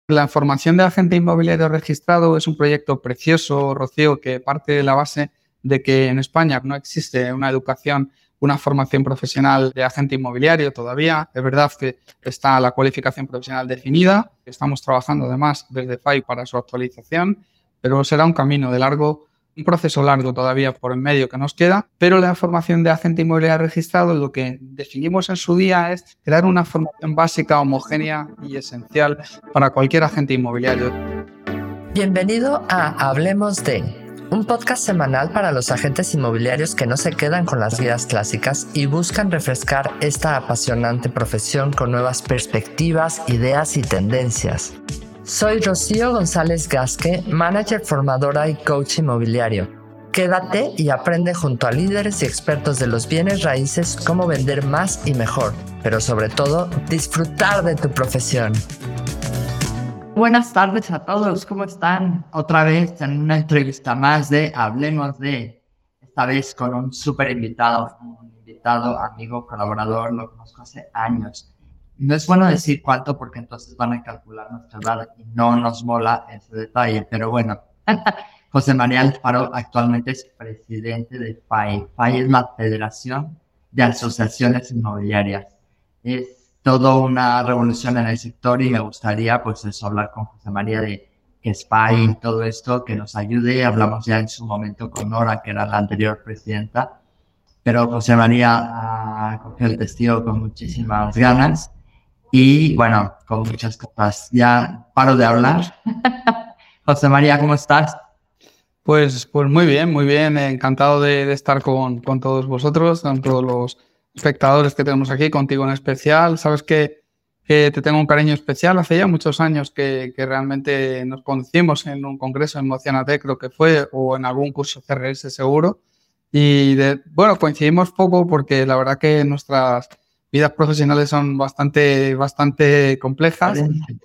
La formación de agente inmobiliario registrado es un proyecto precioso, Rocío, que parte de la base de que en España no existe una educación, una formación profesional de agente inmobiliario todavía. Es verdad que está la cualificación profesional definida, estamos trabajando además desde FAI para su actualización, pero será un camino de un proceso largo todavía por en medio que nos queda, pero la formación de agente inmobiliario registrado, lo que definimos en su día es crear una formación básica, homogénea y esencial para cualquier agente inmobiliario. Bienvenido a Hablemos de, un podcast semanal para los agentes inmobiliarios que no se quedan con las guías clásicas y buscan refrescar esta apasionante profesión con nuevas perspectivas, ideas y tendencias. Soy Rocío González Gasque, manager, formadora y coach inmobiliario. Quédate y aprende junto a líderes y expertos de los bienes raíces cómo vender más y mejor, pero sobre todo disfrutar de tu profesión. Buenas tardes a todos, ¿cómo están? Otra vez en una entrevista más de Hablemos de, esta vez con un súper invitado, amigo, colaborador, lo conozco hace años. No es bueno decir cuánto porque entonces van a calcular nuestra edad y no nos mola ese detalle, pero bueno. José María Alfaro actualmente es presidente de FAI. FAI es la Federación de Asociaciones Inmobiliarias. Es toda una revolución en el sector y me gustaría pues eso, hablar con José María de qué es FAI y todo esto, que nos ayude. Hablamos ya en su momento con Nora, que era la anterior presidenta, pero José María cogió el testigo con muchísimas ganas y bueno, con muchas cosas. Ya paro de hablar. José María, ¿cómo estás? Pues muy bien. Encantado de estar con todos vosotros, con todos los espectadores que tenemos aquí, contigo en especial. Sabes que te tengo un cariño especial. Hace ya muchos años que realmente nos conocimos en un congreso en Emocionate, creo que fue, o en algún curso CRS seguro. Y coincidimos poco porque la verdad que nuestras vidas profesionales son bastante complejas.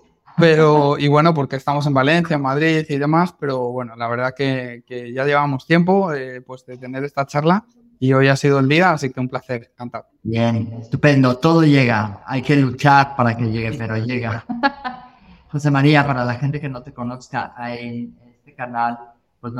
Porque estamos en Valencia, en Madrid y demás, pero bueno, la verdad que ya llevamos tiempo pues de tener esta charla y hoy ha sido el día, así que un placer, encantado. Bien, estupendo, todo llega, hay que luchar para que llegue, pero llega. José María, para la gente que no te conozca, en este canal, pues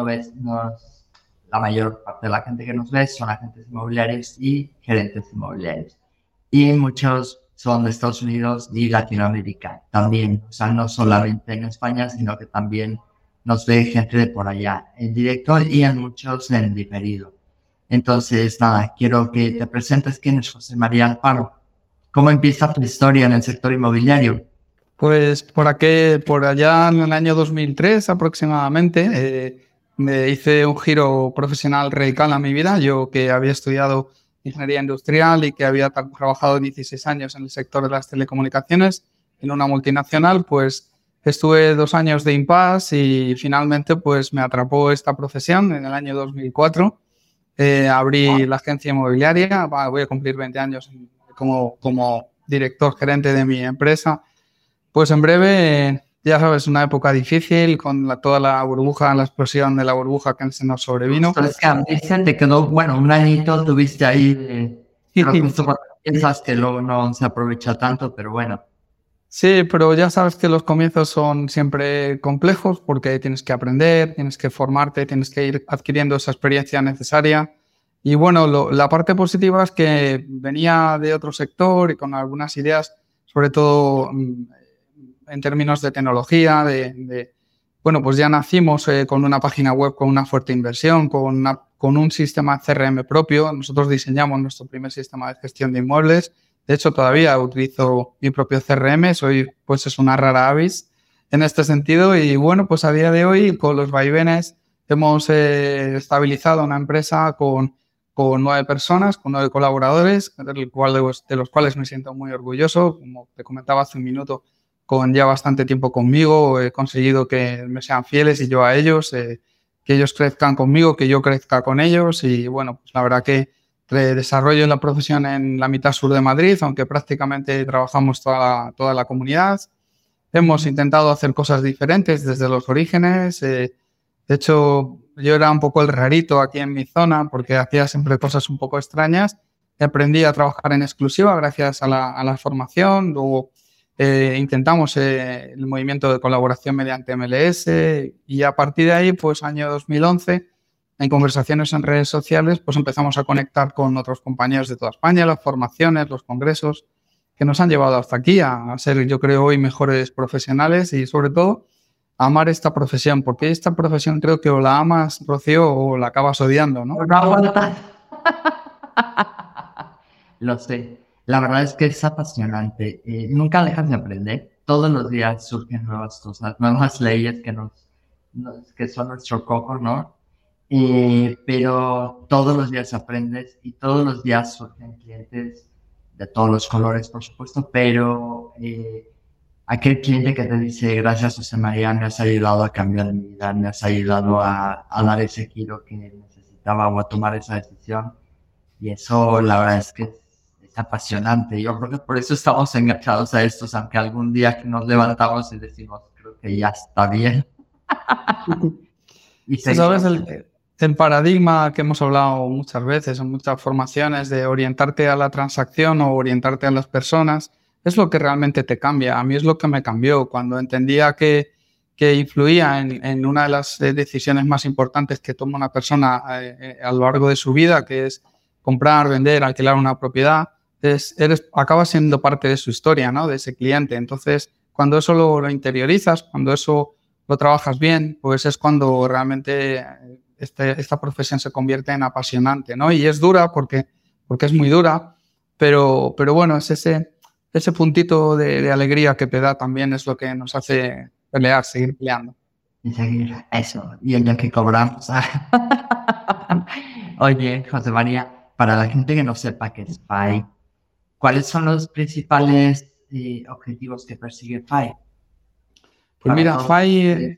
la mayor parte de la gente que nos ve son agentes inmobiliarios y gerentes inmobiliarios. Y muchos son de Estados Unidos y Latinoamérica también. O sea, no solamente en España, sino que también nos ve gente de por allá, en directo y en muchos en diferido. Entonces, nada, quiero que te presentes quién es José María Alfaro. ¿Cómo empieza tu historia en el sector inmobiliario? Pues por allá en el año 2003 aproximadamente, me hice un giro profesional radical a mi vida. Yo que había estudiado ingeniería industrial y que había trabajado 16 años en el sector de las telecomunicaciones en una multinacional, pues estuve 2 años de impasse y finalmente pues me atrapó esta profesión en el año 2004. Abrí la agencia inmobiliaria, voy a cumplir 20 años como director gerente de mi empresa. Pues en breve, ya sabes, una época difícil con toda la burbuja, la explosión de la burbuja que se nos sobrevino. Entonces, que a mí se te quedó, un añito tuviste ahí, piensas que luego no se aprovecha tanto, pero bueno. Sí, pero ya sabes que los comienzos son siempre complejos porque tienes que aprender, tienes que formarte, tienes que ir adquiriendo esa experiencia necesaria. Y bueno, la parte positiva es que venía de otro sector y con algunas ideas, sobre todo en términos de tecnología, pues ya nacimos con una página web con una fuerte inversión, con un sistema CRM propio. Nosotros diseñamos nuestro primer sistema de gestión de inmuebles. De hecho, todavía utilizo mi propio CRM, es una rara avis en este sentido. Y bueno, pues a día de hoy, con los vaivenes, hemos estabilizado una empresa con 9 personas, con 9 colaboradores, de los cuales me siento muy orgulloso. Como te comentaba hace un minuto, con ya bastante tiempo conmigo, he conseguido que me sean fieles y yo a ellos, que ellos crezcan conmigo, que yo crezca con ellos. Y bueno, pues la verdad que desarrollo la profesión en la mitad sur de Madrid, aunque prácticamente trabajamos toda la comunidad. Hemos intentado hacer cosas diferentes desde los orígenes. De hecho, yo era un poco el rarito aquí en mi zona porque hacía siempre cosas un poco extrañas. Aprendí a trabajar en exclusiva gracias a la formación. Luego intentamos el movimiento de colaboración mediante MLS y a partir de ahí, pues año 2011, en conversaciones en redes sociales, pues empezamos a conectar con otros compañeros de toda España, las formaciones, los congresos, que nos han llevado hasta aquí a ser, yo creo, hoy mejores profesionales y sobre todo a amar esta profesión, porque esta profesión creo que o la amas, Rocío, o la acabas odiando, ¿no? No aguanta. Lo sé. La verdad es que es apasionante. Nunca dejas de aprender. Todos los días surgen nuevas cosas, nuevas leyes que son nuestro coco, ¿no? Pero todos los días aprendes y todos los días surgen clientes de todos los colores, por supuesto, pero aquel cliente que te dice, gracias José María, me has ayudado a cambiar mi vida, me has ayudado a dar ese giro que necesitaba o a tomar esa decisión. Y eso, la verdad es que es apasionante. Yo creo que por eso estamos enganchados a estos, aunque algún día que nos levantamos y decimos, creo que ya está bien. Y ¿sabes el paradigma que hemos hablado muchas veces en muchas formaciones de orientarte a la transacción o orientarte a las personas? Es lo que realmente te cambia. A mí es lo que me cambió cuando entendía que influía en una de las decisiones más importantes que toma una persona a lo largo de su vida, que es comprar, vender, alquilar una propiedad. Acabas siendo parte de su historia, ¿no? De ese cliente. Entonces, cuando eso lo interiorizas, cuando eso lo trabajas bien, pues es cuando realmente esta profesión se convierte en apasionante, ¿no? Y es dura porque es muy dura, pero bueno, es ese puntito de alegría que te da también es lo que nos hace pelear, seguir peleando. Y seguir eso, y el día que cobramos. Oye, José María, para la gente que no sepa qué es FI, ¿cuáles son los principales objetivos que persigue FI? Pues mira, FI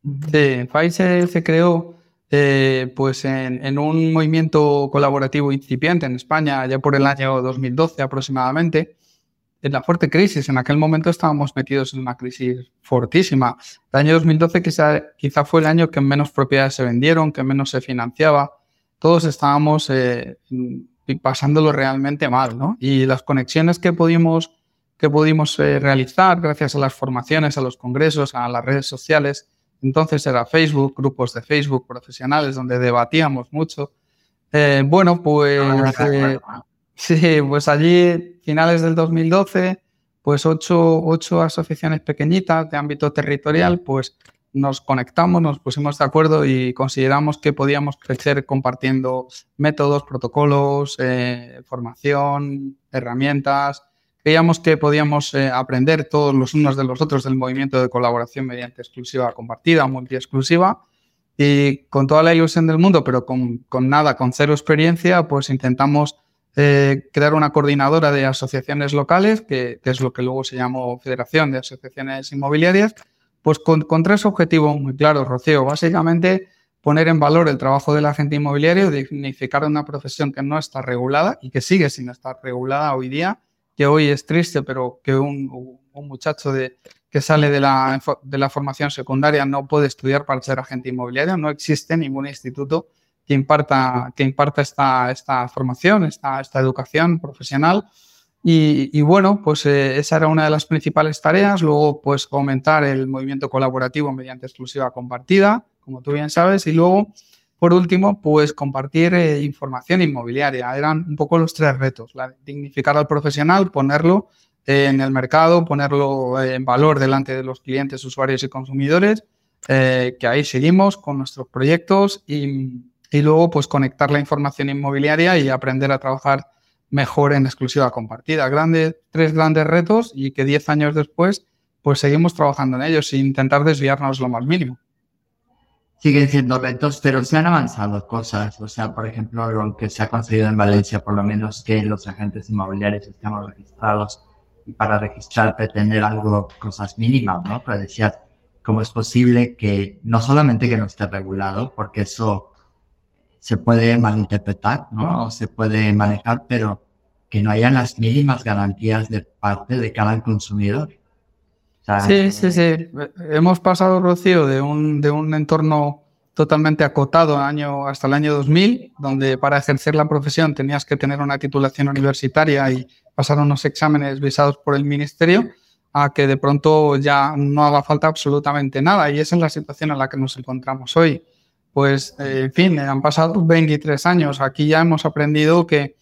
se creó pues en un movimiento colaborativo incipiente en España ya por el año 2012 aproximadamente. En la fuerte crisis, en aquel momento estábamos metidos en una crisis fortísima. El año 2012 quizá fue el año que menos propiedades se vendieron, que menos se financiaba. Todos estábamos pasándolo realmente mal, ¿no? Y las conexiones que pudimos realizar gracias a las formaciones, a los congresos, a las redes sociales, entonces era Facebook, grupos de Facebook profesionales donde debatíamos mucho. Bueno, pues... Sí, pues allí, finales del 2012, pues ocho asociaciones pequeñitas de ámbito territorial, pues nos conectamos, nos pusimos de acuerdo y consideramos que podíamos crecer compartiendo métodos, protocolos, formación, herramientas. Creíamos que podíamos aprender todos los unos de los otros del movimiento de colaboración mediante exclusiva compartida, multi-exclusiva. Y con toda la ilusión del mundo, pero con cero experiencia, pues intentamos crear una coordinadora de asociaciones locales, que es lo que luego se llamó Federación de Asociaciones Inmobiliarias, pues con tres objetivos muy claros, Rocío. Básicamente, poner en valor el trabajo del agente inmobiliario, dignificar una profesión que no está regulada y que sigue sin estar regulada hoy día, que hoy es triste, pero que un muchacho que sale de la formación secundaria no puede estudiar para ser agente inmobiliario. No existe ningún instituto que imparta esta formación, esta educación profesional. Y bueno, pues esa era una de las principales tareas. Luego, pues aumentar el movimiento colaborativo mediante exclusiva compartida, como tú bien sabes. Y luego, por último, pues compartir información inmobiliaria. Eran un poco los tres retos. Dignificar al profesional, ponerlo en el mercado, ponerlo en valor delante de los clientes, usuarios y consumidores, que ahí seguimos con nuestros proyectos y luego pues conectar la información inmobiliaria y aprender a trabajar mejor en exclusiva compartida. Tres grandes retos y que 10 años después pues seguimos trabajando en ellos sin intentar desviarnos lo más mínimo. Siguen siendo retos, pero se han avanzado cosas. O sea, por ejemplo, lo que se ha conseguido en Valencia, por lo menos que los agentes inmobiliarios estamos registrados y para registrarte tener cosas mínimas, ¿no? Pero decías, ¿cómo es posible que no solamente que no esté regulado, porque eso se puede malinterpretar, ¿no? O se puede manejar, pero que no hayan las mínimas garantías de parte de cada consumidor. O sea, sí. Hemos pasado, Rocío, de un entorno totalmente acotado hasta el año 2000, donde para ejercer la profesión tenías que tener una titulación universitaria y pasar unos exámenes visados por el ministerio, a que de pronto ya no haga falta absolutamente nada. Y esa es la situación en la que nos encontramos hoy. Pues, en fin, han pasado 23 años. Aquí ya hemos aprendido que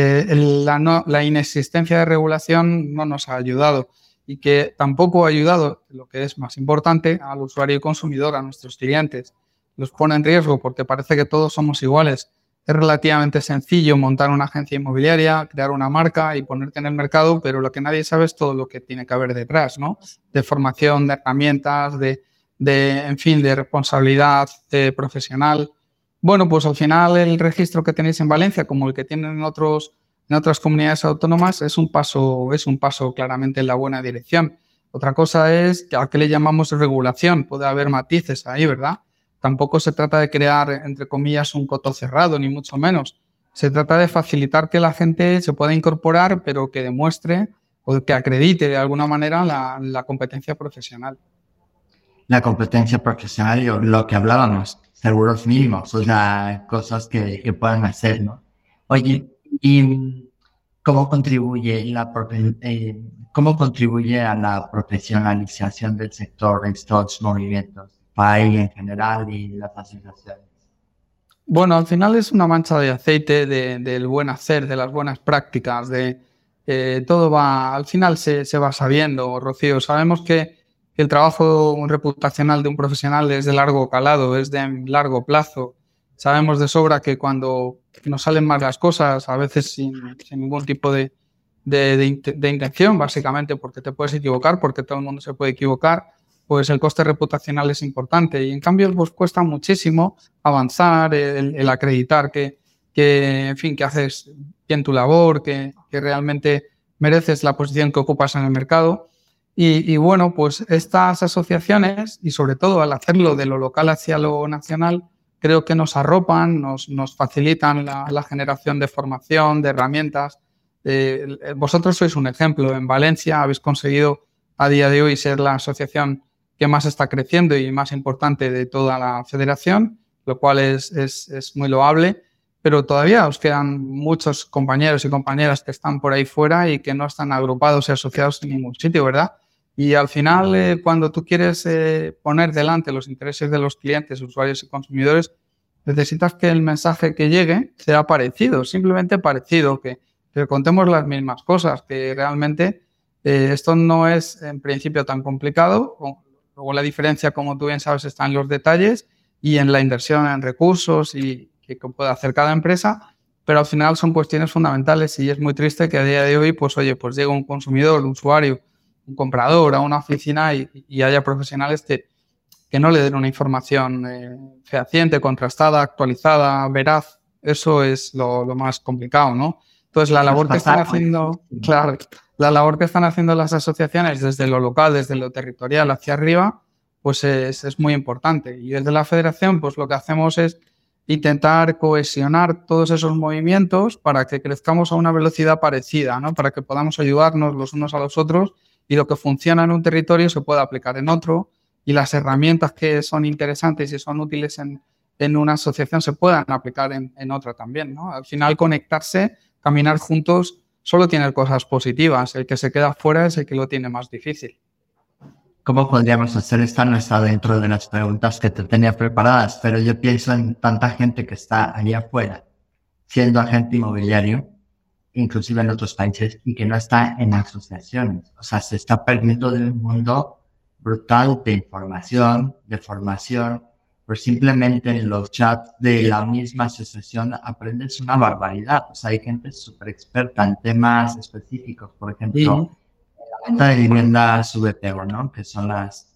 la inexistencia de regulación no nos ha ayudado y que tampoco ha ayudado, lo que es más importante, al usuario y consumidor, a nuestros clientes. Los pone en riesgo porque parece que todos somos iguales. Es relativamente sencillo montar una agencia inmobiliaria, crear una marca y ponerte en el mercado, pero lo que nadie sabe es todo lo que tiene que haber detrás, ¿no? De formación, de herramientas, en fin, de responsabilidad profesional. Bueno, pues al final el registro que tenéis en Valencia, como el que tienen en otras comunidades autónomas, es un paso claramente en la buena dirección. Otra cosa es a qué le llamamos regulación. Puede haber matices ahí, ¿verdad? Tampoco se trata de crear, entre comillas, un coto cerrado, ni mucho menos. Se trata de facilitar que la gente se pueda incorporar, pero que demuestre o que acredite de alguna manera la competencia profesional. La competencia profesional, lo que hablábamos, seguros mínimos, o sea, cosas que puedan hacer, ¿no? Oye, ¿y cómo contribuye cómo contribuye a la profesionalización del sector estos movimientos, país en general y las asociaciones? Bueno, al final es una mancha de aceite del buen hacer, de las buenas prácticas, todo va, al final se va sabiendo, Rocío. Sabemos que el trabajo reputacional de un profesional es de largo calado, es de largo plazo. Sabemos de sobra que cuando nos salen mal las cosas, a veces sin ningún tipo de intención, básicamente porque te puedes equivocar, porque todo el mundo se puede equivocar, pues el coste reputacional es importante. Y en cambio, pues cuesta muchísimo avanzar, el acreditar que, en fin, que haces bien tu labor, que realmente mereces la posición que ocupas en el mercado. Y bueno, pues estas asociaciones, y sobre todo al hacerlo de lo local hacia lo nacional, creo que nos arropan, nos facilitan la generación de formación, de herramientas. Vosotros sois un ejemplo. En Valencia habéis conseguido a día de hoy ser la asociación que más está creciendo y más importante de toda la federación, lo cual es muy loable, pero todavía os quedan muchos compañeros y compañeras que están por ahí fuera y que no están agrupados y asociados en ningún sitio, ¿verdad? Y al final, cuando tú quieres poner delante los intereses de los clientes, usuarios y consumidores, necesitas que el mensaje que llegue sea parecido, simplemente parecido, que contemos las mismas cosas, que realmente esto no es en principio tan complicado. Luego la diferencia, como tú bien sabes, está en los detalles y en la inversión en recursos y que puede hacer cada empresa, pero al final son cuestiones fundamentales y es muy triste que a día de hoy, pues llegue un consumidor, un usuario, un comprador a una oficina y haya profesionales que no le den una información fehaciente, contrastada, actualizada, veraz. Eso es lo más complicado, ¿no? Entonces, la labor que están haciendo, claro, la labor que están haciendo las asociaciones desde lo local, desde lo territorial hacia arriba, pues es muy importante. Y desde la federación, pues lo que hacemos es intentar cohesionar todos esos movimientos para que crezcamos a una velocidad parecida, ¿no? Para que podamos ayudarnos los unos a los otros y lo que funciona en un territorio se pueda aplicar en otro y las herramientas que son interesantes y son útiles en una asociación se puedan aplicar en otra también, ¿no? Al final, conectarse, caminar juntos, solo tiene cosas positivas. El que se queda fuera es el que lo tiene más difícil. ¿Cómo podríamos hacer esta? No está dentro de las preguntas que te tenía preparadas, pero yo pienso en tanta gente que está allá afuera, siendo agente inmobiliario, inclusive en otros países, y que no está en asociaciones. O sea, se está perdiendo de un mundo brutal de información, de formación, pero simplemente en los chats de la misma asociación aprendes una barbaridad. O sea, hay gente súper experta en temas específicos, por ejemplo, la venta de viviendas VPO, ¿no? Que son las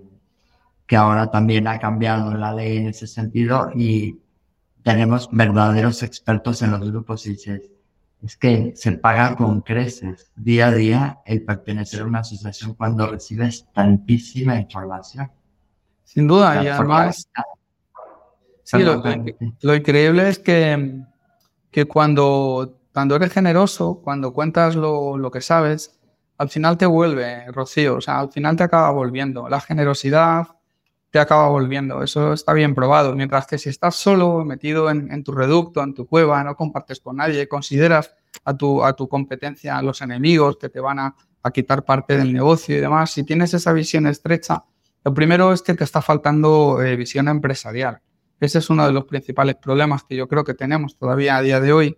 que ahora también ha cambiado la ley en ese sentido y tenemos verdaderos expertos en los grupos y dices, es que se paga con creces día a día el pertenecer a una asociación cuando recibes tantísima información. Sin duda, y además, sí, lo increíble es que cuando eres generoso, cuando cuentas lo que sabes, al final te vuelve, Rocío, o sea, al final te acaba volviendo. La generosidad te acaba volviendo, eso está bien probado. Mientras que si estás solo, metido en tu reducto, en tu cueva, no compartes con nadie, consideras a tu competencia los enemigos que te van a a quitar parte del negocio y demás. Si tienes esa visión estrecha, lo primero es que te está faltando visión empresarial. Ese es uno de los principales problemas que yo creo que tenemos todavía a día de hoy.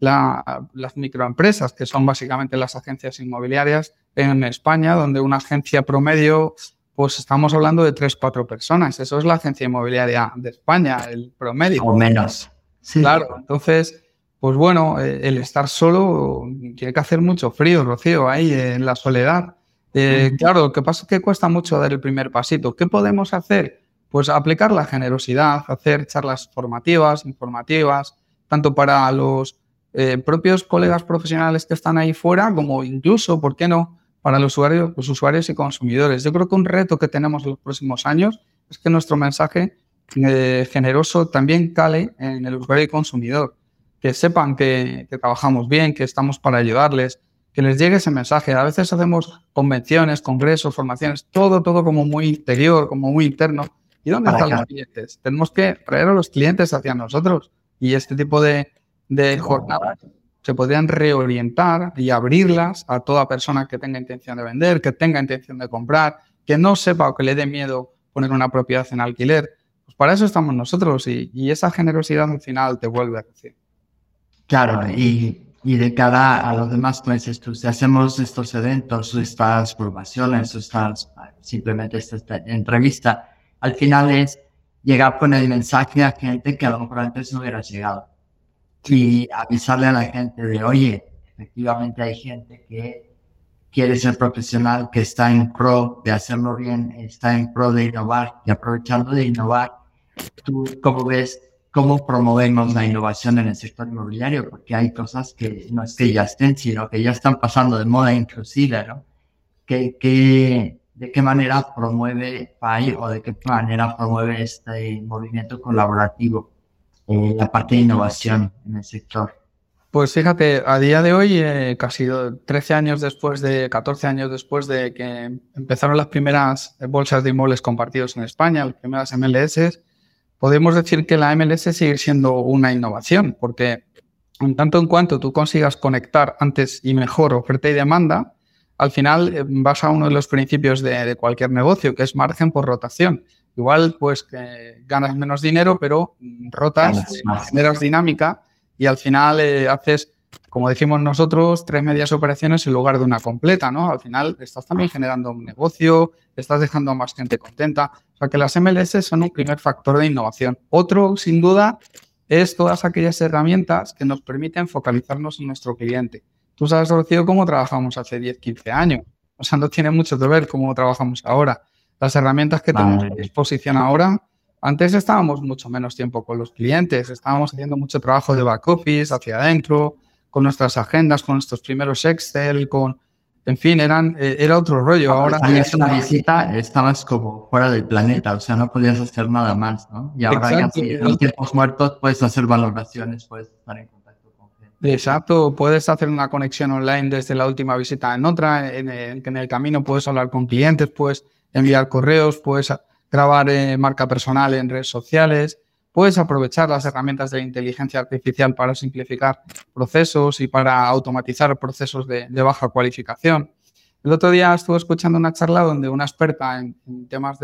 Las microempresas, que son básicamente las agencias inmobiliarias en España, donde una agencia promedio, pues estamos hablando de 3-4 personas. Eso es la agencia inmobiliaria de España, el promedio. O menos. Sí. Claro, entonces, pues bueno, el estar solo tiene que hacer mucho frío, Rocío, ahí en la soledad. Claro, lo que pasa es que cuesta mucho dar el primer pasito. ¿Qué podemos hacer? Pues aplicar la generosidad, hacer charlas formativas, informativas, tanto para los propios colegas profesionales que están ahí fuera, como incluso, ¿por qué no?, para los usuarios y consumidores. Yo creo que un reto que tenemos en los próximos años es que nuestro mensaje generoso también cale en el usuario y consumidor, que sepan que trabajamos bien, que estamos para ayudarles, que les llegue ese mensaje. A veces hacemos convenciones, congresos, formaciones, todo como muy interior, como muy interno. ¿Y dónde están los clientes? Tenemos que traer a los clientes hacia nosotros, y este tipo de jornadas se podrían reorientar y abrirlas a toda persona que tenga intención de vender, que tenga intención de comprar, que no sepa o que le dé miedo poner una propiedad en alquiler. Pues para eso estamos nosotros, y esa generosidad al final te vuelve a decir. Claro, y de cara a los demás, pues si hacemos estos eventos, estas formaciones, simplemente esta entrevista, al final es llegar con el mensaje a gente que a lo mejor antes no hubiera llegado. Y avisarle a la gente de, oye, efectivamente hay gente que quiere ser profesional, que está en pro de hacerlo bien, está en pro de innovar, y aprovechando de innovar, ¿tú cómo ves cómo promovemos la innovación en el sector inmobiliario? Porque hay cosas que no es que ya estén, sino que ya están pasando de moda inclusive, ¿no? ¿De qué manera promueve PAI, o de qué manera promueve este movimiento colaborativo, la parte de innovación en el sector? Pues fíjate, a día de hoy, casi 14 años después de que empezaron las primeras bolsas de inmuebles compartidos en España, las primeras MLS, podemos decir que la MLS sigue siendo una innovación, porque en tanto en cuanto tú consigas conectar antes y mejor oferta y demanda, al final vas a uno de los principios de cualquier negocio, que es margen por rotación. Igual, pues, que ganas menos dinero, pero rotas, generas dinámica, y al final haces, como decimos nosotros, 3 medias operaciones en lugar de una completa, ¿no? Al final estás también generando un negocio, estás dejando a más gente contenta. O sea, que las MLS son un primer factor de innovación. Otro, sin duda, es todas aquellas herramientas que nos permiten focalizarnos en nuestro cliente. Tú sabes, Rocío, cómo trabajamos hace 10, 15 años. O sea, no tiene mucho que ver cómo trabajamos ahora. Las herramientas que tenemos a disposición ahora, antes estábamos mucho menos tiempo con los clientes, estábamos haciendo mucho trabajo de back office hacia adentro, con nuestras agendas, con nuestros primeros Excel, en fin, era otro rollo. Ahora es una visita, estabas como fuera del planeta, o sea, no podías hacer nada más, ¿no? Y ahora Exacto. en los tiempos muertos puedes hacer valoraciones, puedes estar en contacto con gente. Exacto, puedes hacer una conexión online desde la última visita en otra, en el camino puedes hablar con clientes, puedes enviar correos, puedes grabar marca personal en redes sociales, puedes aprovechar las herramientas de la inteligencia artificial para simplificar procesos y para automatizar procesos de baja cualificación. El otro día estuve escuchando una charla donde una experta en temas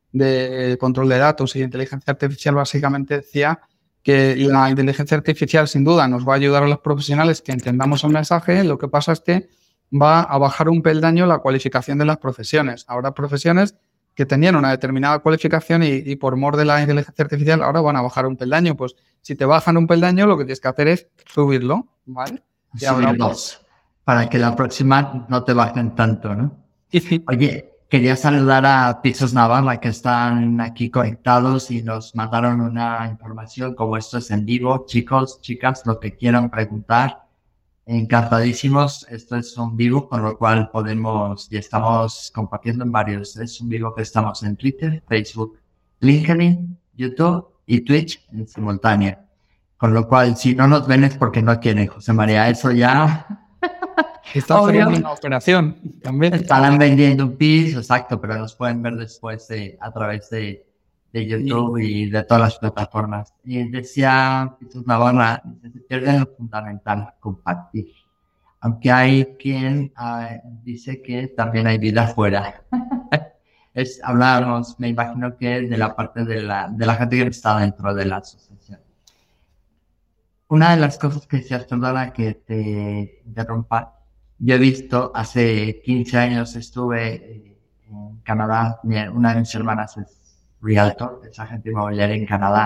de control de datos y de inteligencia artificial básicamente decía que la inteligencia artificial sin duda nos va a ayudar a los profesionales que entendamos el mensaje. Lo que pasa es que va a bajar un peldaño la cualificación de las profesiones. Habrá profesiones que tenían una determinada cualificación y por mor de la inteligencia artificial ahora van a bajar un peldaño. Pues si te bajan un peldaño, lo que tienes que hacer es subirlo, ¿vale? Y subirlos, para que la próxima no te bajen tanto, ¿no? Sí. Oye, quería saludar a Pisos Navarra, que están aquí conectados y nos mandaron una información. Como esto es en vivo, chicos, chicas, lo que quieran preguntar, encantadísimos. Esto es un vivo, con lo cual podemos, y estamos compartiendo en varios. Es un vivo que estamos en Twitter, Facebook, LinkedIn, YouTube y Twitch en simultáneo. Con lo cual, si no nos ven es porque no quieren, José María. Eso ya... Está haciendo una operación también. Estarán vendiendo un piso, exacto, pero nos pueden ver después a través de YouTube y de todas las plataformas. Y decía Pisos Navarra, se pierde lo fundamental, compartir. Aunque hay quien dice que también hay vida afuera. Hablábamos, me imagino que de la parte de la gente que está dentro de la asociación. Una de las cosas que decías, perdona que te interrumpa, yo he visto, hace 15 años estuve en Canadá, una de mis hermanas es realtor, es agente inmobiliario en Canadá,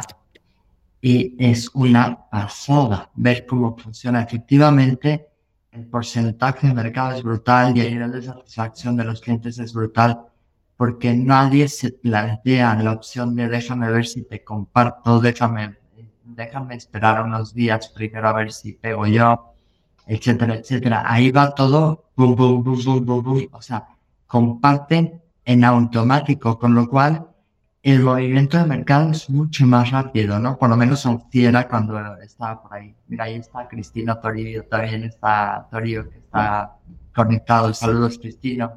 y es una pasada ver cómo funciona efectivamente. El porcentaje de mercado es brutal y el nivel de satisfacción de los clientes es brutal, porque nadie se plantea la opción de déjame ver si te comparto, déjame esperar unos días primero a ver si pego yo, etcétera, etcétera. Ahí va todo, bum, bum, bum, bum, bum, bum. O sea, comparten en automático, con lo cual el movimiento de mercado es mucho más rápido, ¿no? Por lo menos era cuando estaba por ahí. Mira, ahí está Cristina Toribio, también está Toribio, que está conectado. Saludos, Cristina.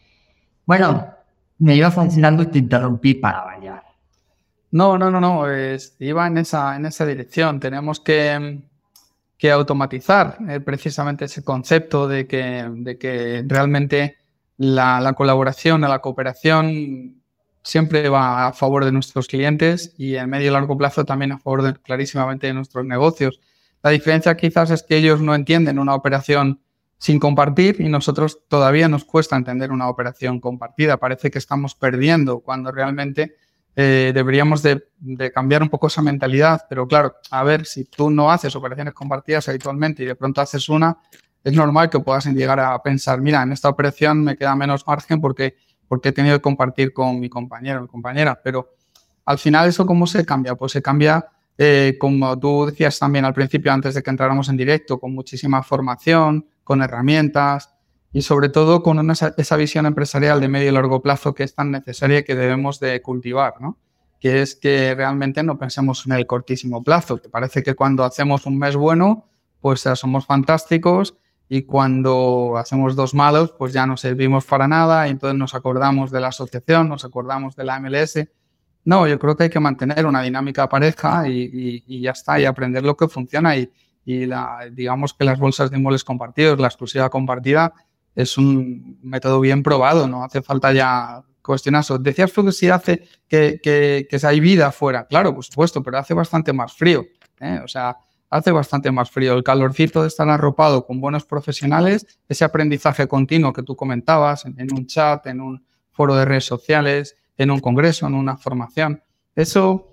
Bueno, me iba fascinando y te interrumpí para variar. No, iba en esa dirección. Tenemos que automatizar precisamente ese concepto de que realmente la colaboración, la cooperación siempre va a favor de nuestros clientes y en medio y largo plazo también a favor clarísimamente de nuestros negocios. La diferencia quizás es que ellos no entienden una operación sin compartir y nosotros todavía nos cuesta entender una operación compartida. Parece que estamos perdiendo cuando realmente deberíamos de cambiar un poco esa mentalidad. Pero claro, a ver, si tú no haces operaciones compartidas habitualmente y de pronto haces una, es normal que puedas llegar a pensar, mira, en esta operación me queda menos margen porque he tenido que compartir con mi compañero o mi compañera. Pero al final, ¿eso cómo se cambia? Pues se cambia, como tú decías también al principio, antes de que entráramos en directo, con muchísima formación, con herramientas y sobre todo con esa visión empresarial de medio y largo plazo que es tan necesaria y que debemos de cultivar, ¿no? Que es que realmente no pensemos en el cortísimo plazo, que parece que cuando hacemos un mes bueno, pues somos fantásticos, y cuando hacemos 2 malos, pues ya no servimos para nada y entonces nos acordamos de la asociación, nos acordamos de la MLS. No, yo creo que hay que mantener una dinámica pareja y ya está, y aprender lo que funciona. Digamos que las bolsas de inmuebles compartidos, la exclusiva compartida, es un método bien probado, no hace falta ya cuestionarse. Decías tú que si hace que hay vida afuera. Claro, por supuesto, pero hace bastante más frío, ¿eh? O sea, hace bastante más frío. El calorcito de estar arropado con buenos profesionales, ese aprendizaje continuo que tú comentabas en un chat, en un foro de redes sociales, en un congreso, en una formación, eso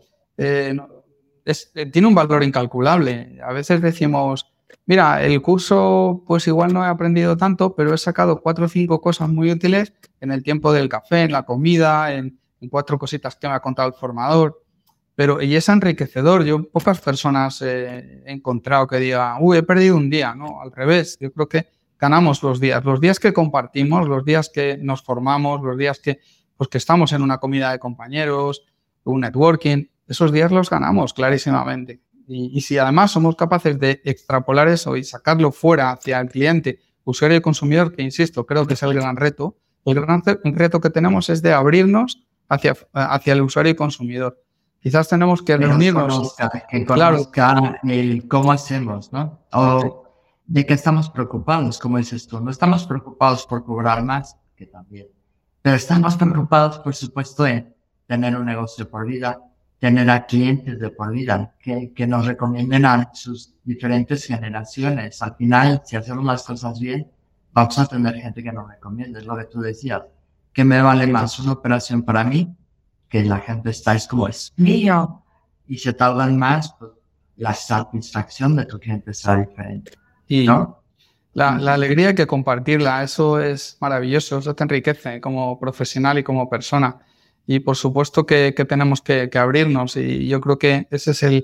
tiene un valor incalculable. A veces decimos, mira, el curso pues igual no he aprendido tanto, pero he sacado 4 o 5 cosas muy útiles en el tiempo del café, en la comida, en 4 cositas que me ha contado el formador. Y es enriquecedor. Yo pocas personas he encontrado que digan, he perdido un día, ¿no? Al revés, yo creo que ganamos los días que compartimos, los días que nos formamos, los días que estamos en una comida de compañeros, un networking, esos días los ganamos clarísimamente. Y si además somos capaces de extrapolar eso y sacarlo fuera hacia el cliente, usuario y consumidor, que insisto, creo que es el gran reto, el gran reto que tenemos es de abrirnos hacia el usuario y consumidor. Quizás tenemos que reunirnos. Que conozca el cómo hacemos, ¿no? O de qué estamos preocupados, como dices tú. No estamos preocupados por cobrar más, que también. Pero estamos preocupados, por supuesto, en tener un negocio por vida, tener a clientes de por vida, que nos recomienden a sus diferentes generaciones. Al final, si hacemos las cosas bien, vamos a tener gente que nos recomiende. Es lo que tú decías. ¿Qué me vale más una operación para mí? Que la gente es como, es mío, y se tardan más, pues la satisfacción de tu cliente será diferente, ¿no? La alegría hay que compartirla, eso es maravilloso, eso te enriquece como profesional y como persona. Y por supuesto que tenemos que abrirnos, y yo creo que ese es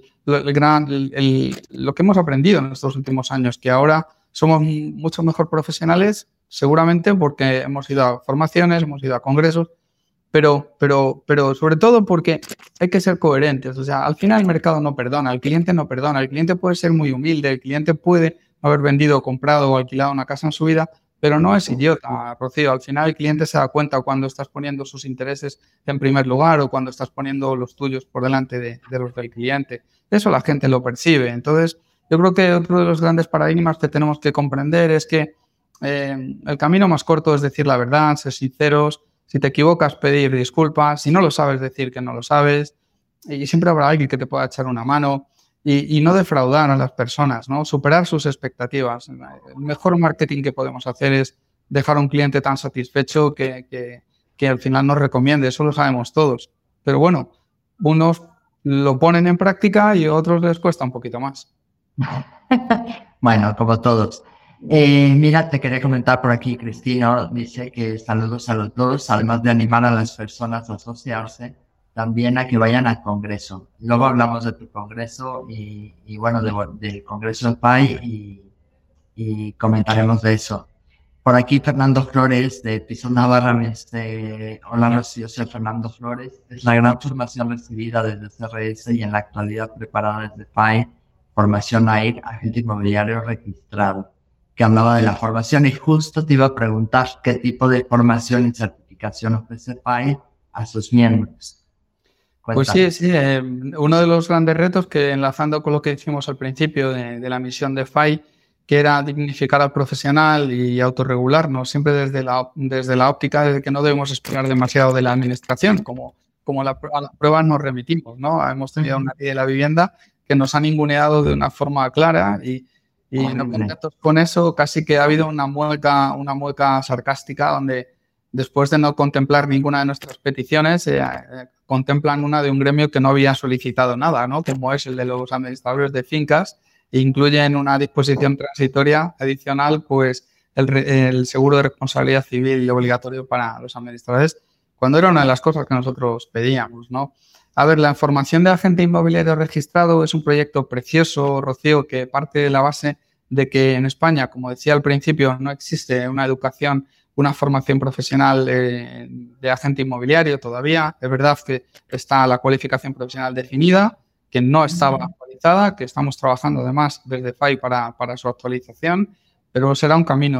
lo que hemos aprendido en estos últimos años, que ahora somos mucho mejor profesionales, seguramente porque hemos ido a formaciones, hemos ido a congresos, pero sobre todo porque hay que ser coherentes. O sea, al final el mercado no perdona, el cliente no perdona, el cliente puede ser muy humilde, el cliente puede haber vendido, comprado o alquilado una casa en su vida, pero no es idiota, Rocío. Al final el cliente se da cuenta cuando estás poniendo sus intereses en primer lugar o cuando estás poniendo los tuyos por delante de los del cliente. Eso la gente lo percibe. Entonces, Yo creo que otro de los grandes paradigmas que tenemos que comprender es que el camino más corto es decir la verdad, ser sinceros. Si te equivocas, pedir disculpas. Si no lo sabes, decir que no lo sabes. Y siempre habrá alguien que te pueda echar una mano. Y no defraudar a las personas, ¿no? Superar sus expectativas. El mejor marketing que podemos hacer es dejar a un cliente tan satisfecho que al final nos recomiende. Eso lo sabemos todos. Pero bueno, unos lo ponen en práctica y a otros les cuesta un poquito más. Bueno, como todos. Mira, te quería comentar por aquí, Cristina dice que saludos a los dos, además de animar a las personas a asociarse, también a que vayan al congreso. Luego hablamos de tu congreso y bueno, del congreso del PAI y comentaremos de eso. Por aquí Fernando Flores de Piso Navarra me dice: hola Rocío, soy Fernando Flores. Es la gran formación recibida desde CRS y en la actualidad preparada desde PAI, formación AIR, agente inmobiliario registrado, que hablaba de la formación y justo te iba a preguntar qué tipo de formación y certificación ofrece PAI a sus miembros. Pues sí, uno de los grandes retos que, enlazando con lo que decimos al principio de la misión de FAI, que era dignificar al profesional y autorregularnos, siempre desde la óptica de que no debemos esperar demasiado de la administración, como a las pruebas nos remitimos, ¿no? Hemos tenido una ley de la vivienda que nos ha ninguneado de una forma clara y no contentos con eso, casi que ha habido una mueca sarcástica donde, después de no contemplar ninguna de nuestras peticiones, contemplan una de un gremio que no había solicitado nada, ¿no? Como es el de los administradores de fincas, e incluyen una disposición transitoria adicional, pues el seguro de responsabilidad civil y obligatorio para los administradores, cuando era una de las cosas que nosotros pedíamos, ¿no? A ver, la formación de agente inmobiliario registrado es un proyecto precioso, Rocío, que parte de la base de que en España, como decía al principio, no existe una formación profesional de agente inmobiliario todavía. Es verdad que está la cualificación profesional definida, que no estaba actualizada, que estamos trabajando además desde FAI para su actualización, pero será un camino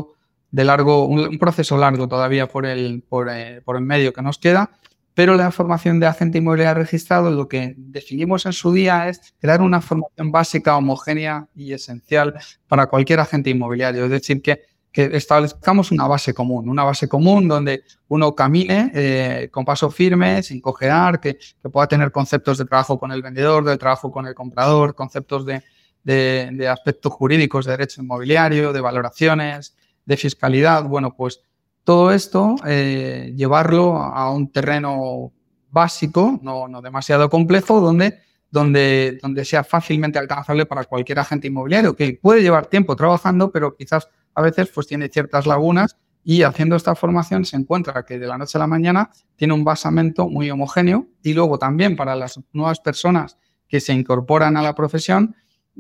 un proceso largo todavía por el medio que nos queda. Pero la formación de agente inmobiliario registrado, lo que definimos en su día es crear una formación básica, homogénea y esencial para cualquier agente inmobiliario. Es decir, que establezcamos una base común donde uno camine con paso firme, sin cojear, que pueda tener conceptos de trabajo con el vendedor, de trabajo con el comprador, conceptos de aspectos jurídicos, de derecho inmobiliario, de valoraciones, de fiscalidad. Bueno, pues todo esto, llevarlo a un terreno básico, no demasiado complejo, donde sea fácilmente alcanzable para cualquier agente inmobiliario, que puede llevar tiempo trabajando, pero quizás a veces pues tiene ciertas lagunas, y haciendo esta formación se encuentra que de la noche a la mañana tiene un basamento muy homogéneo. Y luego también para las nuevas personas que se incorporan a la profesión,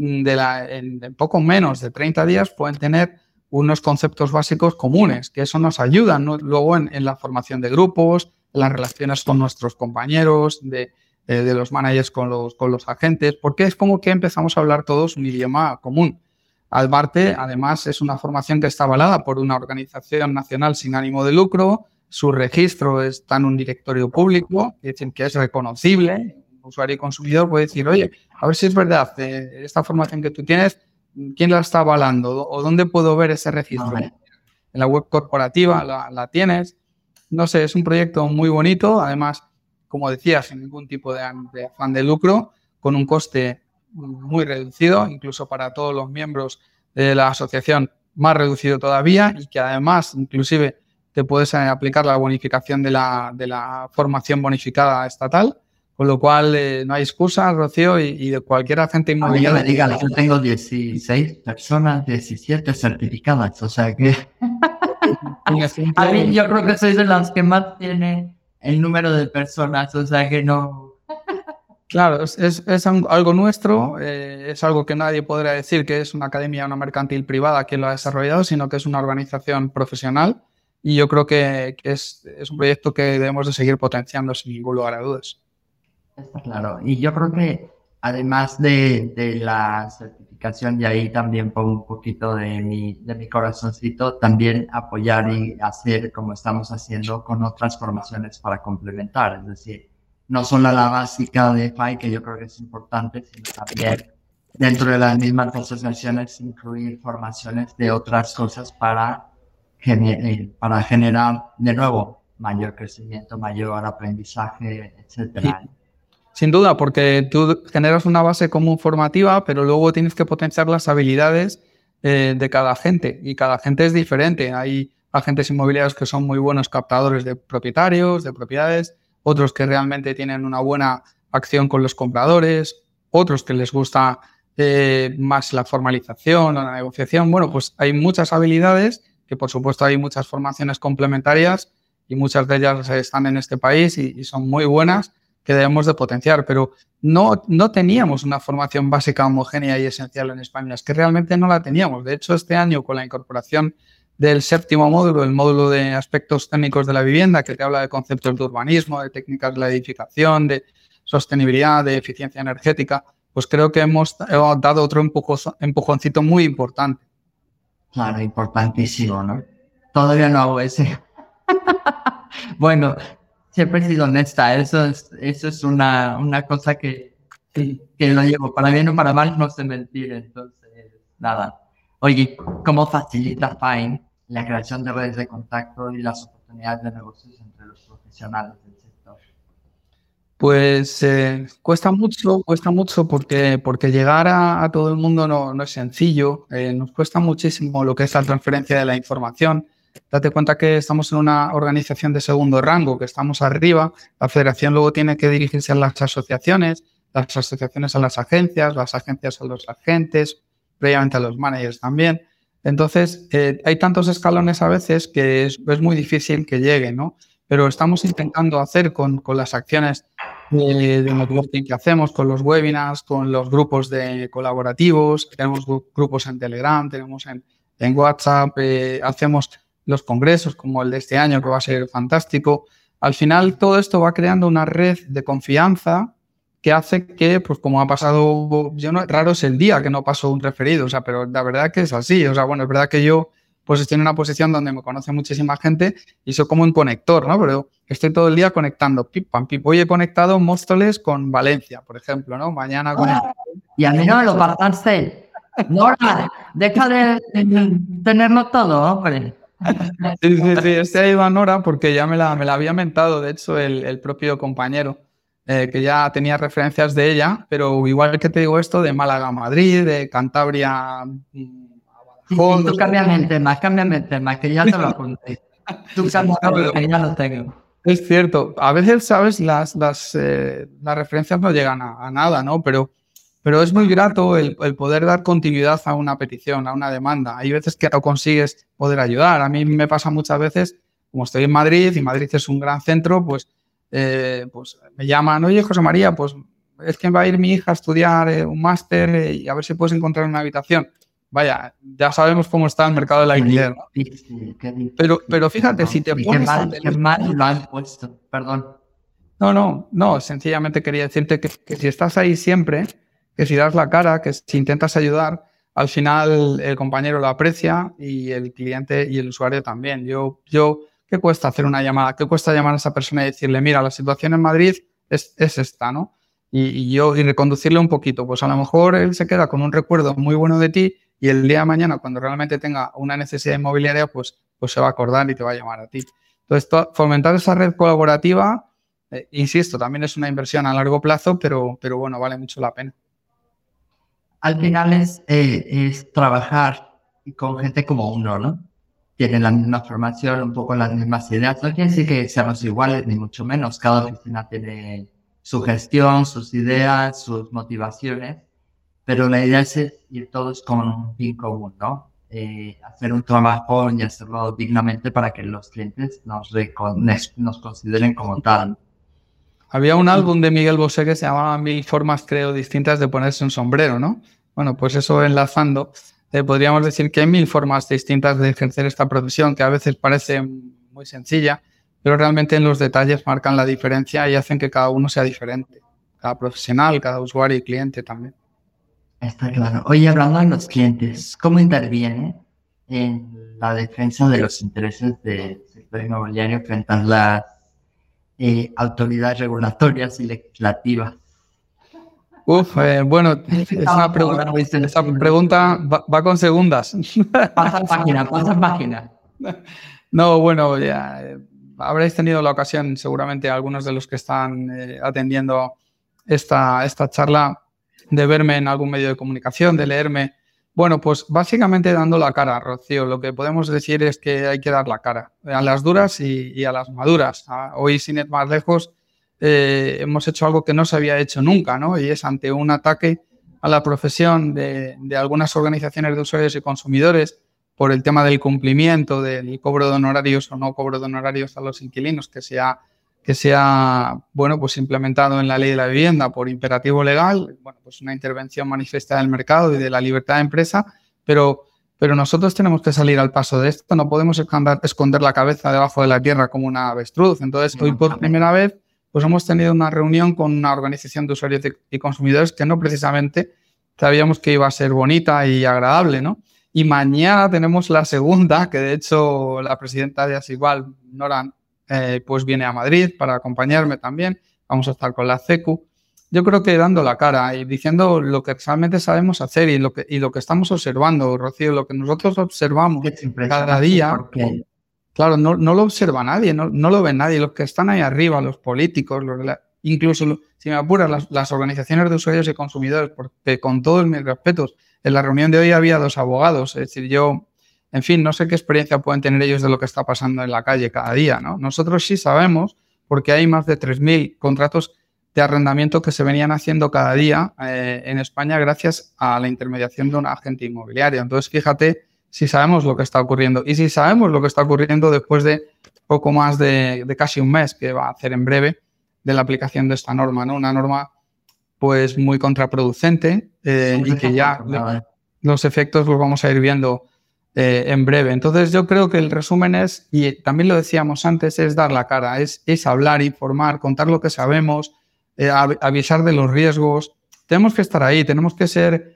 en poco menos de 30 días pueden tener unos conceptos básicos comunes, que eso nos ayuda, ¿no? Luego en la formación de grupos, en las relaciones con nuestros compañeros, de los managers con los agentes, porque es como que empezamos a hablar todos un idioma común. Albarte, además, es una formación que está avalada por una organización nacional sin ánimo de lucro. Su registro está en un directorio público, es decir, que es reconocible. Un usuario y consumidor puede decir: oye, a ver si es verdad, esta formación que tú tienes, ¿quién la está avalando? ¿O dónde puedo ver ese registro? En la web corporativa la tienes. No sé, es un proyecto muy bonito. Además, como decía, sin ningún tipo de afán de lucro, con un coste muy reducido, incluso para todos los miembros de la asociación, más reducido todavía, y que además, inclusive, te puedes aplicar la bonificación de la formación bonificada estatal. Con lo cual, no hay excusa, Rocío, y de cualquier agente inmobiliario. Me diga, yo tengo 16 personas, 17 certificadas, o sea que... A mí, yo creo que soy de las que más tiene el número de personas, o sea que no... Claro, es algo nuestro, es algo que nadie podrá decir que es una academia, una mercantil privada quien lo ha desarrollado, sino que es una organización profesional, y yo creo que es un proyecto que debemos de seguir potenciando sin ningún lugar a dudas. Está claro. Y yo creo que además de la certificación, y ahí también pongo un poquito de mi corazoncito, también apoyar y hacer como estamos haciendo con otras formaciones para complementar. Es decir, no solo la básica de FAI, que yo creo que es importante, sino también dentro de las mismas asociaciones incluir formaciones de otras cosas para generar, de nuevo, mayor crecimiento, mayor aprendizaje, Y, etcétera. sin duda, porque tú generas una base común formativa, pero luego tienes que potenciar las habilidades de cada agente. Y cada agente es diferente. Hay agentes inmobiliarios que son muy buenos captadores de propietarios, de propiedades, otros que realmente tienen una buena acción con los compradores, otros que les gusta más la formalización o la negociación. Bueno, pues hay muchas habilidades que, por supuesto, hay muchas formaciones complementarias y muchas de ellas están en este país y son muy buenas, que debemos de potenciar, pero no teníamos una formación básica homogénea y esencial en España, es que realmente no la teníamos. De hecho, este año, con la incorporación del séptimo módulo, el módulo de aspectos técnicos de la vivienda, que te habla de conceptos de urbanismo, de técnicas de la edificación, de sostenibilidad, de eficiencia energética, pues creo que hemos dado otro empujoncito muy importante. Claro, importantísimo, ¿no? Todavía no hago ese. Bueno, siempre he sido honesta, eso es una cosa que lo llevo, para bien o para mal, no sé mentir, entonces, nada. Oye, ¿cómo facilita Fine la creación de redes de contacto y las oportunidades de negocios entre los profesionales del sector? Pues cuesta mucho porque llegar a todo el mundo no es sencillo. Nos cuesta muchísimo lo que es la transferencia de la información. Date cuenta que estamos en una organización de segundo rango, que estamos arriba. La federación luego tiene que dirigirse a las asociaciones a las agencias a los agentes, previamente a los managers también. Entonces, hay tantos escalones a veces que es muy difícil que llegue, ¿no? Pero estamos intentando hacer con las acciones de networking que hacemos, con los webinars, con los grupos de colaborativos, tenemos grupos en Telegram, tenemos en WhatsApp, hacemos los congresos como el de este año, que va a ser fantástico. Al final, todo esto va creando una red de confianza que hace que, pues como ha pasado, raro es el día que no pasó un referido, o sea, pero la verdad que es así, o sea, bueno, es verdad que yo pues estoy en una posición donde me conoce muchísima gente y soy como un conector, ¿no? Pero estoy todo el día conectando, pip, pam, pip. Hoy he conectado Móstoles con Valencia, por ejemplo, ¿no? Mañana con... Y a mí no me lo pasaste. Nora, deja de tenerlo todo, hombre. Sí, este ha ido a Nora porque ya me la había mentado, de hecho, el propio compañero, que ya tenía referencias de ella, pero igual que te digo esto, de Málaga a Madrid, de Cantabria a Badajoz. Tú cámbiame el tema, que ya te lo apunté. Tú cámbiame el tema, que ya lo tengo. Es cierto, a veces, ¿sabes? Las referencias no llegan a nada, ¿no? Pero es muy grato el poder dar continuidad a una petición, a una demanda. Hay veces que no consigues poder ayudar. A mí me pasa muchas veces, como estoy en Madrid y Madrid es un gran centro, pues me llaman, oye, José María, pues es que va a ir mi hija a estudiar un máster y a ver si puedes encontrar una habitación. Vaya, ya sabemos cómo está el mercado del alquiler, ¿no? Pero fíjate, si te pones... Qué mal lo han puesto, perdón. No, sencillamente quería decirte que si estás ahí siempre, que si das la cara, que si intentas ayudar, al final el compañero lo aprecia y el cliente y el usuario también. ¿Qué cuesta hacer una llamada? ¿Qué cuesta llamar a esa persona y decirle, mira, la situación en Madrid es esta, ¿no? Y reconducirle un poquito. Pues a lo mejor él se queda con un recuerdo muy bueno de ti y el día de mañana, cuando realmente tenga una necesidad inmobiliaria, pues se va a acordar y te va a llamar a ti. Entonces, fomentar esa red colaborativa, insisto, también es una inversión a largo plazo, pero bueno, vale mucho la pena. Al final es trabajar con gente como uno, ¿no? Tienen la misma formación, un poco las mismas ideas. No quiere decir que seamos iguales, ni mucho menos. Cada oficina tiene su gestión, sus ideas, sus motivaciones, pero la idea es ir todos con un fin común, ¿no? Hacer un trabajo y hacerlo dignamente para que los clientes nos consideren como tal. Había un álbum de Miguel Bosé que se llamaba 1000 formas, creo, distintas de ponerse un sombrero, ¿no? Bueno, pues eso enlazando, podríamos decir que hay 1000 formas distintas de ejercer esta profesión, que a veces parece muy sencilla, pero realmente en los detalles marcan la diferencia y hacen que cada uno sea diferente. Cada profesional, cada usuario y cliente también. Está claro. Oye, hablando de los clientes, ¿cómo interviene en la defensa de los intereses del sector inmobiliario frente a las autoridades regulatorias y legislativas? Bueno, esa pregunta va con segundas. ¿Cuántas páginas? No, bueno, ya habréis tenido la ocasión, seguramente algunos de los que están atendiendo esta charla, de verme en algún medio de comunicación, de leerme. Bueno, pues básicamente dando la cara, Rocío. Lo que podemos decir es que hay que dar la cara a las duras y a las maduras. Hoy, sin ir más lejos, hemos hecho algo que no se había hecho nunca, ¿no? Y es ante un ataque a la profesión de algunas organizaciones de usuarios y consumidores por el tema del cumplimiento del cobro de honorarios o no cobro de honorarios a los inquilinos que se ha bueno, pues implementado en la ley de la vivienda por imperativo legal, bueno, pues una intervención manifiesta del mercado y de la libertad de empresa, pero nosotros tenemos que salir al paso de esto, no podemos esconder la cabeza debajo de la tierra como una avestruz. Entonces, hoy por primera vez, pues hemos tenido una reunión con una organización de usuarios y consumidores que no precisamente sabíamos que iba a ser bonita y agradable, ¿no? Y mañana tenemos la segunda, que de hecho la presidenta de Asigual, Nora, pues viene a Madrid para acompañarme también. Vamos a estar con la CECU. Yo creo que dando la cara y diciendo lo que realmente sabemos hacer y lo que estamos observando, Rocío, lo que nosotros observamos cada día. Claro, no lo observa nadie, no lo ve nadie. Los que están ahí arriba, los políticos, incluso, si me apuras, las organizaciones de usuarios y consumidores, porque con todos mis respetos, en la reunión de hoy había 2 abogados. Es decir, en fin, no sé qué experiencia pueden tener ellos de lo que está pasando en la calle cada día, ¿no? Nosotros sí sabemos, porque hay más de 3.000 contratos de arrendamiento que se venían haciendo cada día en España gracias a la intermediación de un agente inmobiliario. Entonces, fíjate si sabemos lo que está ocurriendo. Y si sabemos lo que está ocurriendo después de poco más de casi un mes, que va a hacer en breve, de la aplicación de esta norma, ¿no? Una norma pues muy contraproducente y que ya los efectos los vamos a ir viendo en breve. Entonces yo creo que el resumen es, y también lo decíamos antes, es dar la cara, es hablar, informar, contar lo que sabemos, avisar de los riesgos. Tenemos que estar ahí, tenemos que ser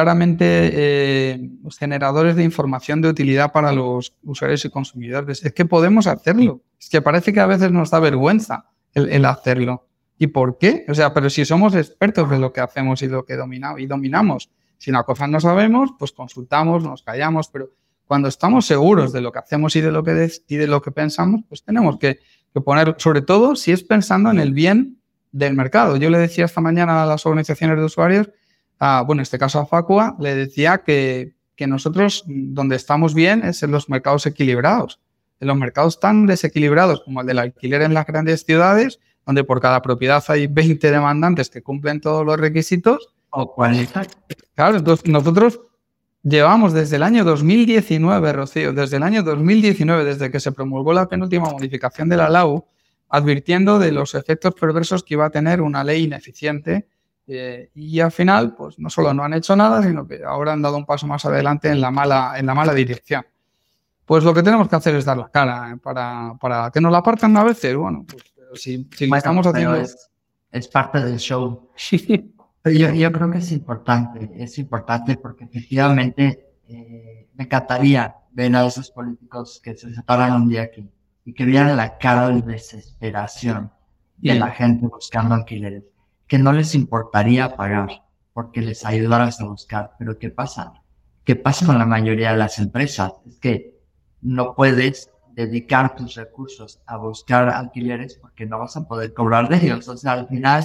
claramente generadores de información de utilidad para los usuarios y consumidores. Es que podemos hacerlo. Es que parece que a veces nos da vergüenza el hacerlo. ¿Y por qué? O sea, pero si somos expertos de lo que hacemos y lo que dominamos. Si una cosa no sabemos, pues consultamos, nos callamos, pero cuando estamos seguros de lo que hacemos y de lo que pensamos, pues tenemos que poner, sobre todo si es pensando en el bien del mercado. Yo le decía esta mañana a las organizaciones de usuarios, en este caso a Facua, le decía que nosotros donde estamos bien es en los mercados equilibrados. En los mercados tan desequilibrados como el del alquiler en las grandes ciudades, donde por cada propiedad hay 20 demandantes que cumplen todos los requisitos. ¿O cuál es? Claro, entonces nosotros llevamos desde el año 2019, Rocío, desde el año 2019, desde que se promulgó la penúltima modificación de la LAU, advirtiendo de los efectos perversos que iba a tener una ley ineficiente y al final, pues no solo no han hecho nada, sino que ahora han dado un paso más adelante en la mala dirección. Pues lo que tenemos que hacer es dar la cara para que nos la partan a veces. Bueno, pues si lo estamos haciendo... Es parte del show. Yo creo que es importante porque efectivamente me encantaría ver a esos políticos que se separan un día aquí y que vieran la cara de desesperación de la gente buscando alquileres, que no les importaría pagar porque les ayudaras a buscar. Pero ¿qué pasa? ¿Qué pasa con la mayoría de las empresas? Es que no puedes dedicar tus recursos a buscar alquileres porque no vas a poder cobrar de ellos. O sea, al final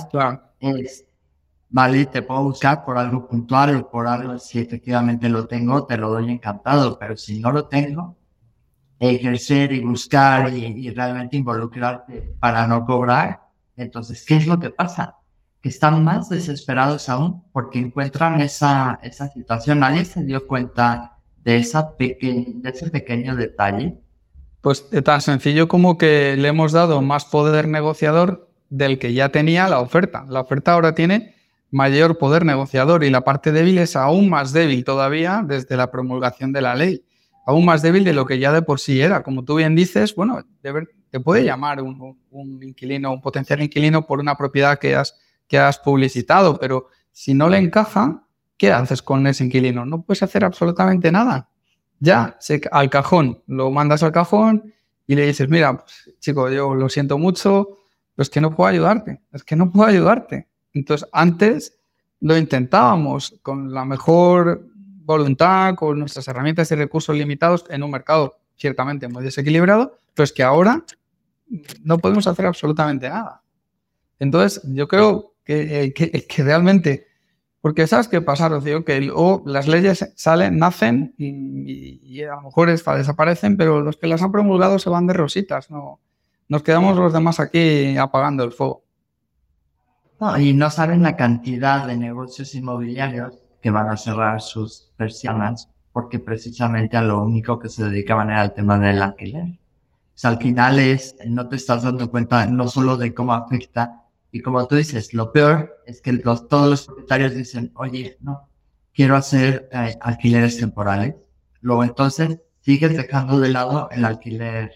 vale, te puedo buscar por algo puntual o por algo, si efectivamente lo tengo, te lo doy encantado, pero si no lo tengo, ejercer y buscar y realmente involucrarte para no cobrar, entonces, ¿qué es lo que pasa? Que están más desesperados aún porque encuentran esa situación. Nadie se dio cuenta de ese pequeño detalle. Pues tan sencillo como que le hemos dado más poder negociador del que ya tenía la oferta. La oferta ahora tiene mayor poder negociador y la parte débil es aún más débil todavía desde la promulgación de la ley. Aún más débil de lo que ya de por sí era. Como tú bien dices, bueno, te puede llamar un inquilino, un potencial inquilino por una propiedad que has publicitado, pero si no le encaja, ¿qué haces con ese inquilino? No puedes hacer absolutamente nada. Ya, al cajón, lo mandas al cajón y le dices, mira, pues, chico, yo lo siento mucho, pero es que no puedo ayudarte, Entonces, antes lo intentábamos con la mejor voluntad, con nuestras herramientas y recursos limitados en un mercado ciertamente muy desequilibrado, pero es que ahora no podemos hacer absolutamente nada. Entonces, yo creo que realmente, porque ¿sabes qué pasa, Rocío? Que luego las leyes nacen y a lo mejor desaparecen, pero los que las han promulgado se van de rositas, ¿no? Nos quedamos los demás aquí apagando el fuego. No, y no saben la cantidad de negocios inmobiliarios que van a cerrar sus persianas porque precisamente a lo único que se dedicaban era al tema del alquiler. O sea, al final no te estás dando cuenta no solo de cómo afecta, y como tú dices, lo peor es que todos los propietarios dicen, oye, no, quiero hacer alquileres temporales. Luego entonces sigues dejando de lado el alquiler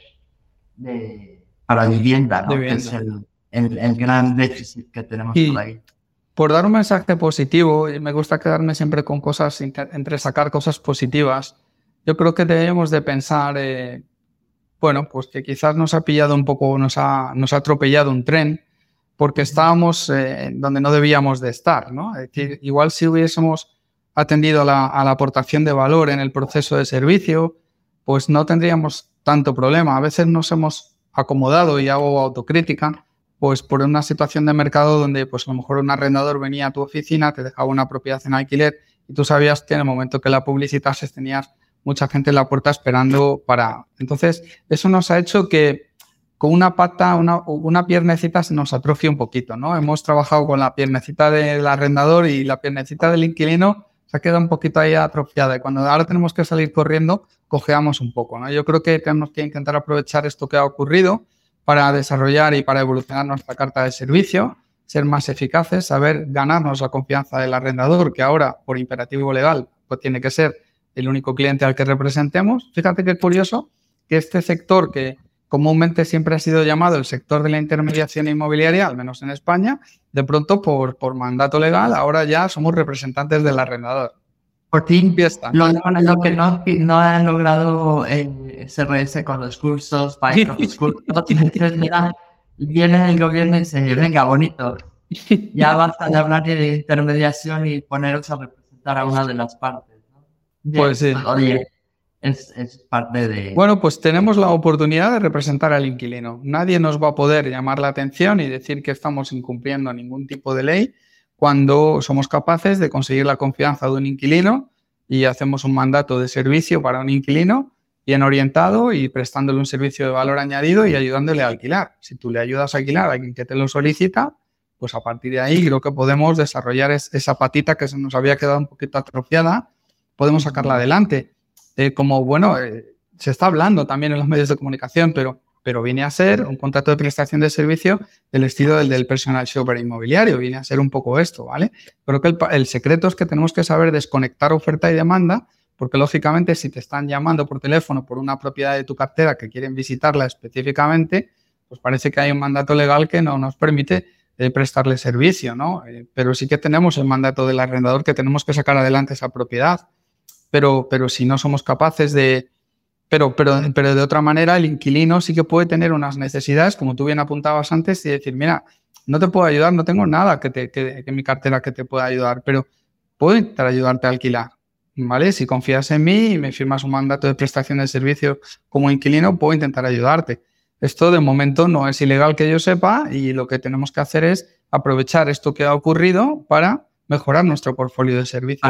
para vivienda, ¿no? Que es el gran déficit que tenemos por ahí. Por dar un mensaje positivo, y me gusta quedarme siempre con cosas, entre sacar cosas positivas, yo creo que debemos de pensar, bueno, pues que quizás nos ha pillado un poco, nos ha atropellado un tren, porque estábamos donde no debíamos de estar, ¿no? Es decir, igual si hubiésemos atendido a la aportación de valor en el proceso de servicio, pues no tendríamos tanto problema. A veces nos hemos acomodado, y hago autocrítica, pues por una situación de mercado donde pues a lo mejor un arrendador venía a tu oficina, te dejaba una propiedad en alquiler y tú sabías que en el momento que la publicitases tenías mucha gente en la puerta esperando para... Entonces, eso nos ha hecho que con una pata, una piernecita se nos atrofia un poquito, ¿no? Hemos trabajado con la piernecita del arrendador y la piernecita del inquilino se ha quedado un poquito ahí atrofiada. Y cuando ahora tenemos que salir corriendo, cojeamos un poco, ¿no? Yo creo que tenemos que intentar aprovechar esto que ha ocurrido para desarrollar y para evolucionar nuestra carta de servicio, ser más eficaces, saber ganarnos la confianza del arrendador, que ahora, por imperativo legal, pues tiene que ser el único cliente al que representemos. Fíjate qué curioso que este sector que comúnmente siempre ha sido llamado el sector de la intermediación inmobiliaria, al menos en España, de pronto por mandato legal, ahora ya somos representantes del arrendador. Por fin, lo que no han logrado SRS con los cursos, para los cursos, viene el gobierno y dice, venga, bonito, ya basta de hablar de intermediación y poneros a representar a una de las partes, ¿no? Pues sí. Oye, es parte de... Bueno, pues tenemos la oportunidad de representar al inquilino. Nadie nos va a poder llamar la atención y decir que estamos incumpliendo ningún tipo de ley cuando somos capaces de conseguir la confianza de un inquilino y hacemos un mandato de servicio para un inquilino bien orientado y prestándole un servicio de valor añadido y ayudándole a alquilar. Si tú le ayudas a alquilar a alguien que te lo solicita, pues a partir de ahí creo que podemos desarrollar esa patita que se nos había quedado un poquito atrofiada, podemos sacarla adelante. Se está hablando también en los medios de comunicación, pero viene a ser un contrato de prestación de servicio del estilo del personal shopper inmobiliario, viene a ser un poco esto, ¿vale? Creo que el secreto es que tenemos que saber desconectar oferta y demanda, porque lógicamente si te están llamando por teléfono por una propiedad de tu cartera que quieren visitarla específicamente, pues parece que hay un mandato legal que no nos permite prestarle servicio, ¿no? Pero sí que tenemos el mandato del arrendador que tenemos que sacar adelante esa propiedad. Pero si no somos capaces de... Pero de otra manera, el inquilino sí que puede tener unas necesidades, como tú bien apuntabas antes, y decir, mira, no te puedo ayudar, no tengo nada que mi cartera que te pueda ayudar, pero puedo intentar ayudarte a alquilar, ¿vale? Si confías en mí y me firmas un mandato de prestación de servicio como inquilino, puedo intentar ayudarte. Esto de momento no es ilegal que yo sepa y lo que tenemos que hacer es aprovechar esto que ha ocurrido para mejorar nuestro portfolio de servicios.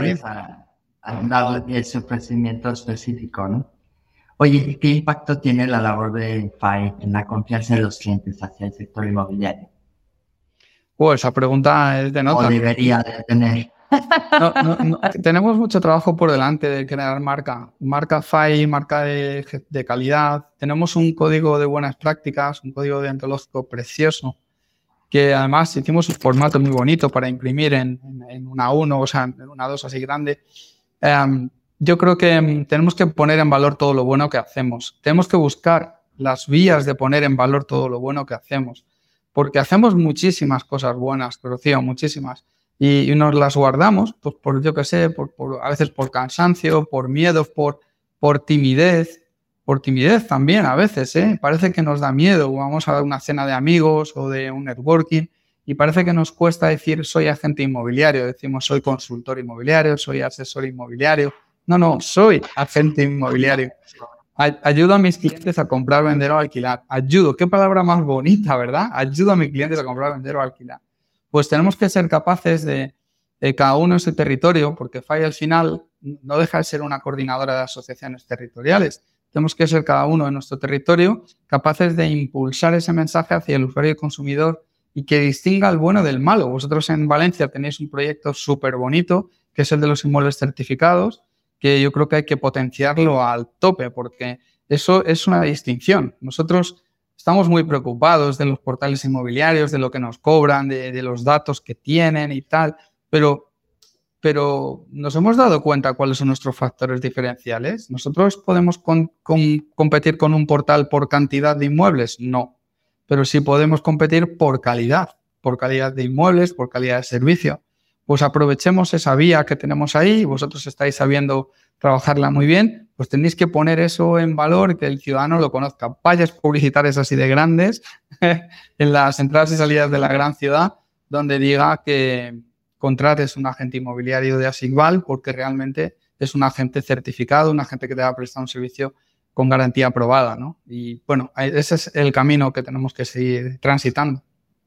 Darle ese ofrecimiento específico, ¿no? Oye, ¿qué impacto tiene la labor de FAI en la confianza de los clientes hacia el sector inmobiliario? Esa pregunta es de nota. O debería de tener. No, tenemos mucho trabajo por delante de crear marca FAI, marca de calidad. Tenemos un código de buenas prácticas, un código deontológico precioso, que además hicimos un formato muy bonito para imprimir en una A1, o sea, en una A2 así grande. Yo creo que tenemos que poner en valor todo lo bueno que hacemos. Tenemos que buscar las vías de poner en valor todo lo bueno que hacemos. Porque hacemos muchísimas cosas buenas, Rocío, muchísimas. Y nos las guardamos, pues por yo qué sé, a veces por cansancio, por miedo, por timidez. Por timidez también a veces, ¿eh? Parece que nos da miedo. Vamos a una cena de amigos o de un networking Y parece que nos cuesta decir soy agente inmobiliario, decimos soy consultor inmobiliario, soy asesor inmobiliario. No, soy agente inmobiliario. Ayudo a mis clientes a comprar, vender o alquilar. Ayudo, qué palabra más bonita, ¿verdad? Ayudo a mis clientes a comprar, vender o alquilar. Pues tenemos que ser capaces de cada uno en su territorio, porque FAI al final no deja de ser una coordinadora de asociaciones territoriales. Tenemos que ser cada uno en nuestro territorio capaces de impulsar ese mensaje hacia el usuario y consumidor y que distinga el bueno del malo. Vosotros en Valencia tenéis un proyecto súper bonito, que es el de los inmuebles certificados, que yo creo que hay que potenciarlo al tope, porque eso es una distinción. Nosotros estamos muy preocupados de los portales inmobiliarios, de lo que nos cobran, de los datos que tienen y tal, pero ¿nos hemos dado cuenta cuáles son nuestros factores diferenciales? ¿Nosotros podemos competir con un portal por cantidad de inmuebles? No, pero sí podemos competir por calidad de inmuebles, por calidad de servicio. Pues aprovechemos esa vía que tenemos ahí, vosotros estáis sabiendo trabajarla muy bien, pues tenéis que poner eso en valor y que el ciudadano lo conozca. Vallas publicitarias así de grandes en las entradas y salidas de la gran ciudad, donde diga que contrates un agente inmobiliario de Asigval porque realmente es un agente certificado, un agente que te va a prestar un servicio con garantía aprobada, ¿no? Y bueno, ese es el camino que tenemos que seguir transitando.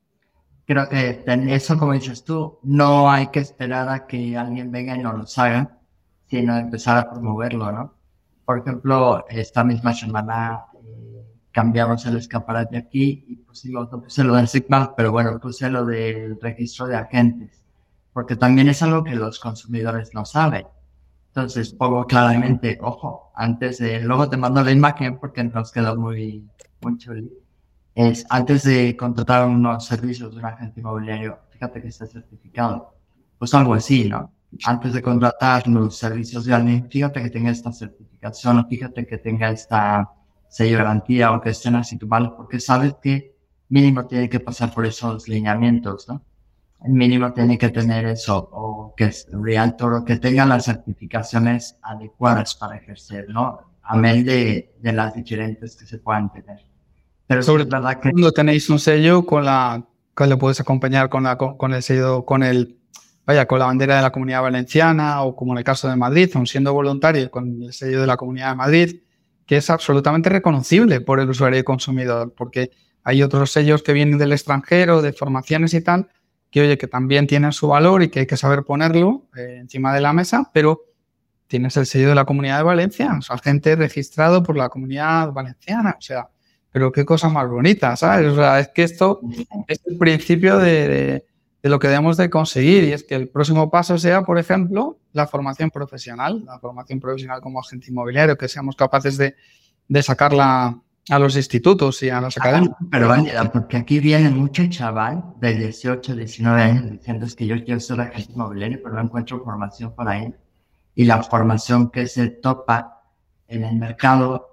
Creo que eso, como dices tú, no hay que esperar a que alguien venga y nos lo haga, sino empezar a promoverlo, ¿no? Por ejemplo, esta misma semana cambiamos el escaparate aquí y no puse lo del Sigma, pero bueno, puse lo del registro de agentes, porque también es algo que los consumidores no saben. Entonces, pongo claramente, ojo, luego te mando la imagen porque nos quedó muy chuli. Antes de contratar unos servicios de un agente inmobiliario, fíjate que está certificado. Pues algo así, ¿no? Antes de contratar los servicios de alguien, fíjate que tenga esta certificación, o fíjate que tenga esta sello de garantía, o que estén así mal, porque sabes que mínimo tiene que pasar por esos lineamientos, ¿no? El mínimo tiene que tener eso, o que es realtor, o que tenga las certificaciones adecuadas para ejercer, ¿no? Amén de las diferentes que se puedan tener. Pero sobre todo cuando tenéis un sello que le puedes acompañar con el sello, con la bandera de la Comunidad Valenciana, o como en el caso de Madrid, aun siendo voluntario, con el sello de la Comunidad de Madrid, que es absolutamente reconocible por el usuario y consumidor, porque hay otros sellos que vienen del extranjero, de formaciones y tal, que oye, que también tienen su valor y que hay que saber ponerlo encima de la mesa, pero tienes el sello de la Comunidad de Valencia, o sea, gente registrado por la Comunidad Valenciana, o sea, pero qué cosa más bonita, ¿sabes? O sea, es que esto es el principio de lo que debemos de conseguir, y es que el próximo paso sea, por ejemplo, la formación profesional como agente inmobiliario, que seamos capaces de sacarla a los institutos y a las academias. Pero vaya, porque aquí viene mucho chaval de 18, 19 años diciendo es que yo quiero ser agente inmobiliario, pero no encuentro formación por ahí. Y la formación que se topa en el mercado,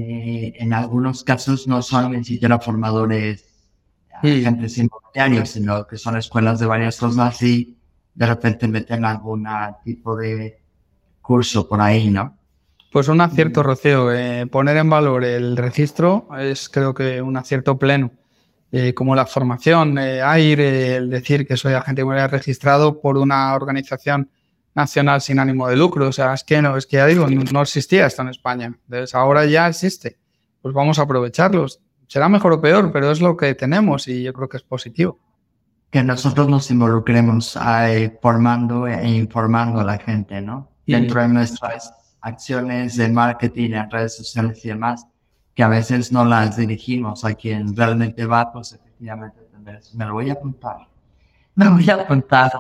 en algunos casos no son ni siquiera formadores agentes inmobiliarios, sino que son escuelas de varias cosas y de repente meten algún tipo de curso por ahí, ¿no? Pues un acierto, Rocío. Poner en valor el registro es, creo que, un acierto pleno. Como la formación, el decir que soy agente inmobiliario registrado por una organización nacional sin ánimo de lucro. O sea, es que ya digo, no existía esto en España. Entonces, ahora ya existe. Pues vamos a aprovecharlos. Será mejor o peor, pero es lo que tenemos y yo creo que es positivo. Que nosotros nos involucremos formando e informando a la gente, ¿no? Dentro de nuestras acciones de marketing en redes sociales y demás, que a veces no las dirigimos a quien realmente va, pues efectivamente me lo voy a apuntar. Me voy a apuntar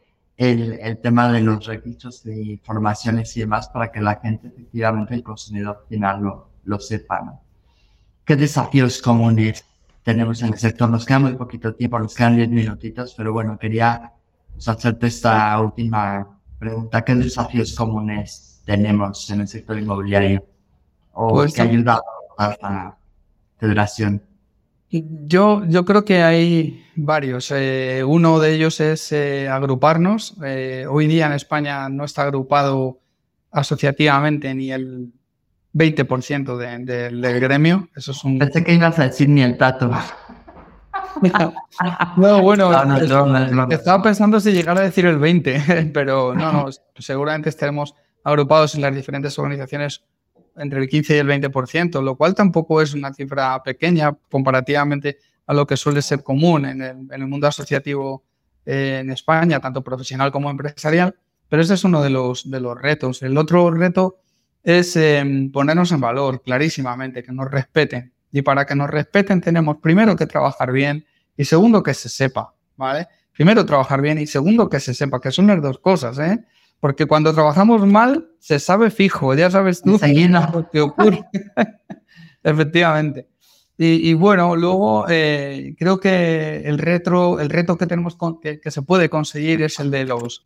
el tema de los registros de formaciones y demás para que la gente, efectivamente, el consumidor final lo sepa, ¿no? ¿Qué desafíos comunes tenemos en el sector? Nos queda muy poquito tiempo, nos quedan 10 minutitos, pero bueno, quería hacerte esta última pregunta. ¿Qué desafíos comunes tenemos en el sector inmobiliario? ¿O pues, qué ha ayudado a la federación? Yo creo que hay varios. Uno de ellos es agruparnos. Hoy día en España no está agrupado asociativamente ni el 20% del gremio. Eso es un... Pensé que ibas a decir ni el tato. No, bueno, No. estaba pensando si llegar a decir el 20, pero no, seguramente estaremos agrupados en las diferentes organizaciones entre el 15 y el 20%, lo cual tampoco es una cifra pequeña comparativamente a lo que suele ser común en el mundo asociativo en España, tanto profesional como empresarial, pero ese es uno de los retos. El otro reto es ponernos en valor clarísimamente, que nos respeten. Y para que nos respeten tenemos primero que trabajar bien y segundo que se sepa, ¿vale? Primero trabajar bien y segundo que se sepa, que son las dos cosas, ¿eh? Porque cuando trabajamos mal se sabe fijo, ya sabes tú lo que ocurre. Efectivamente. Y bueno, luego creo que el reto que tenemos que se puede conseguir es el de los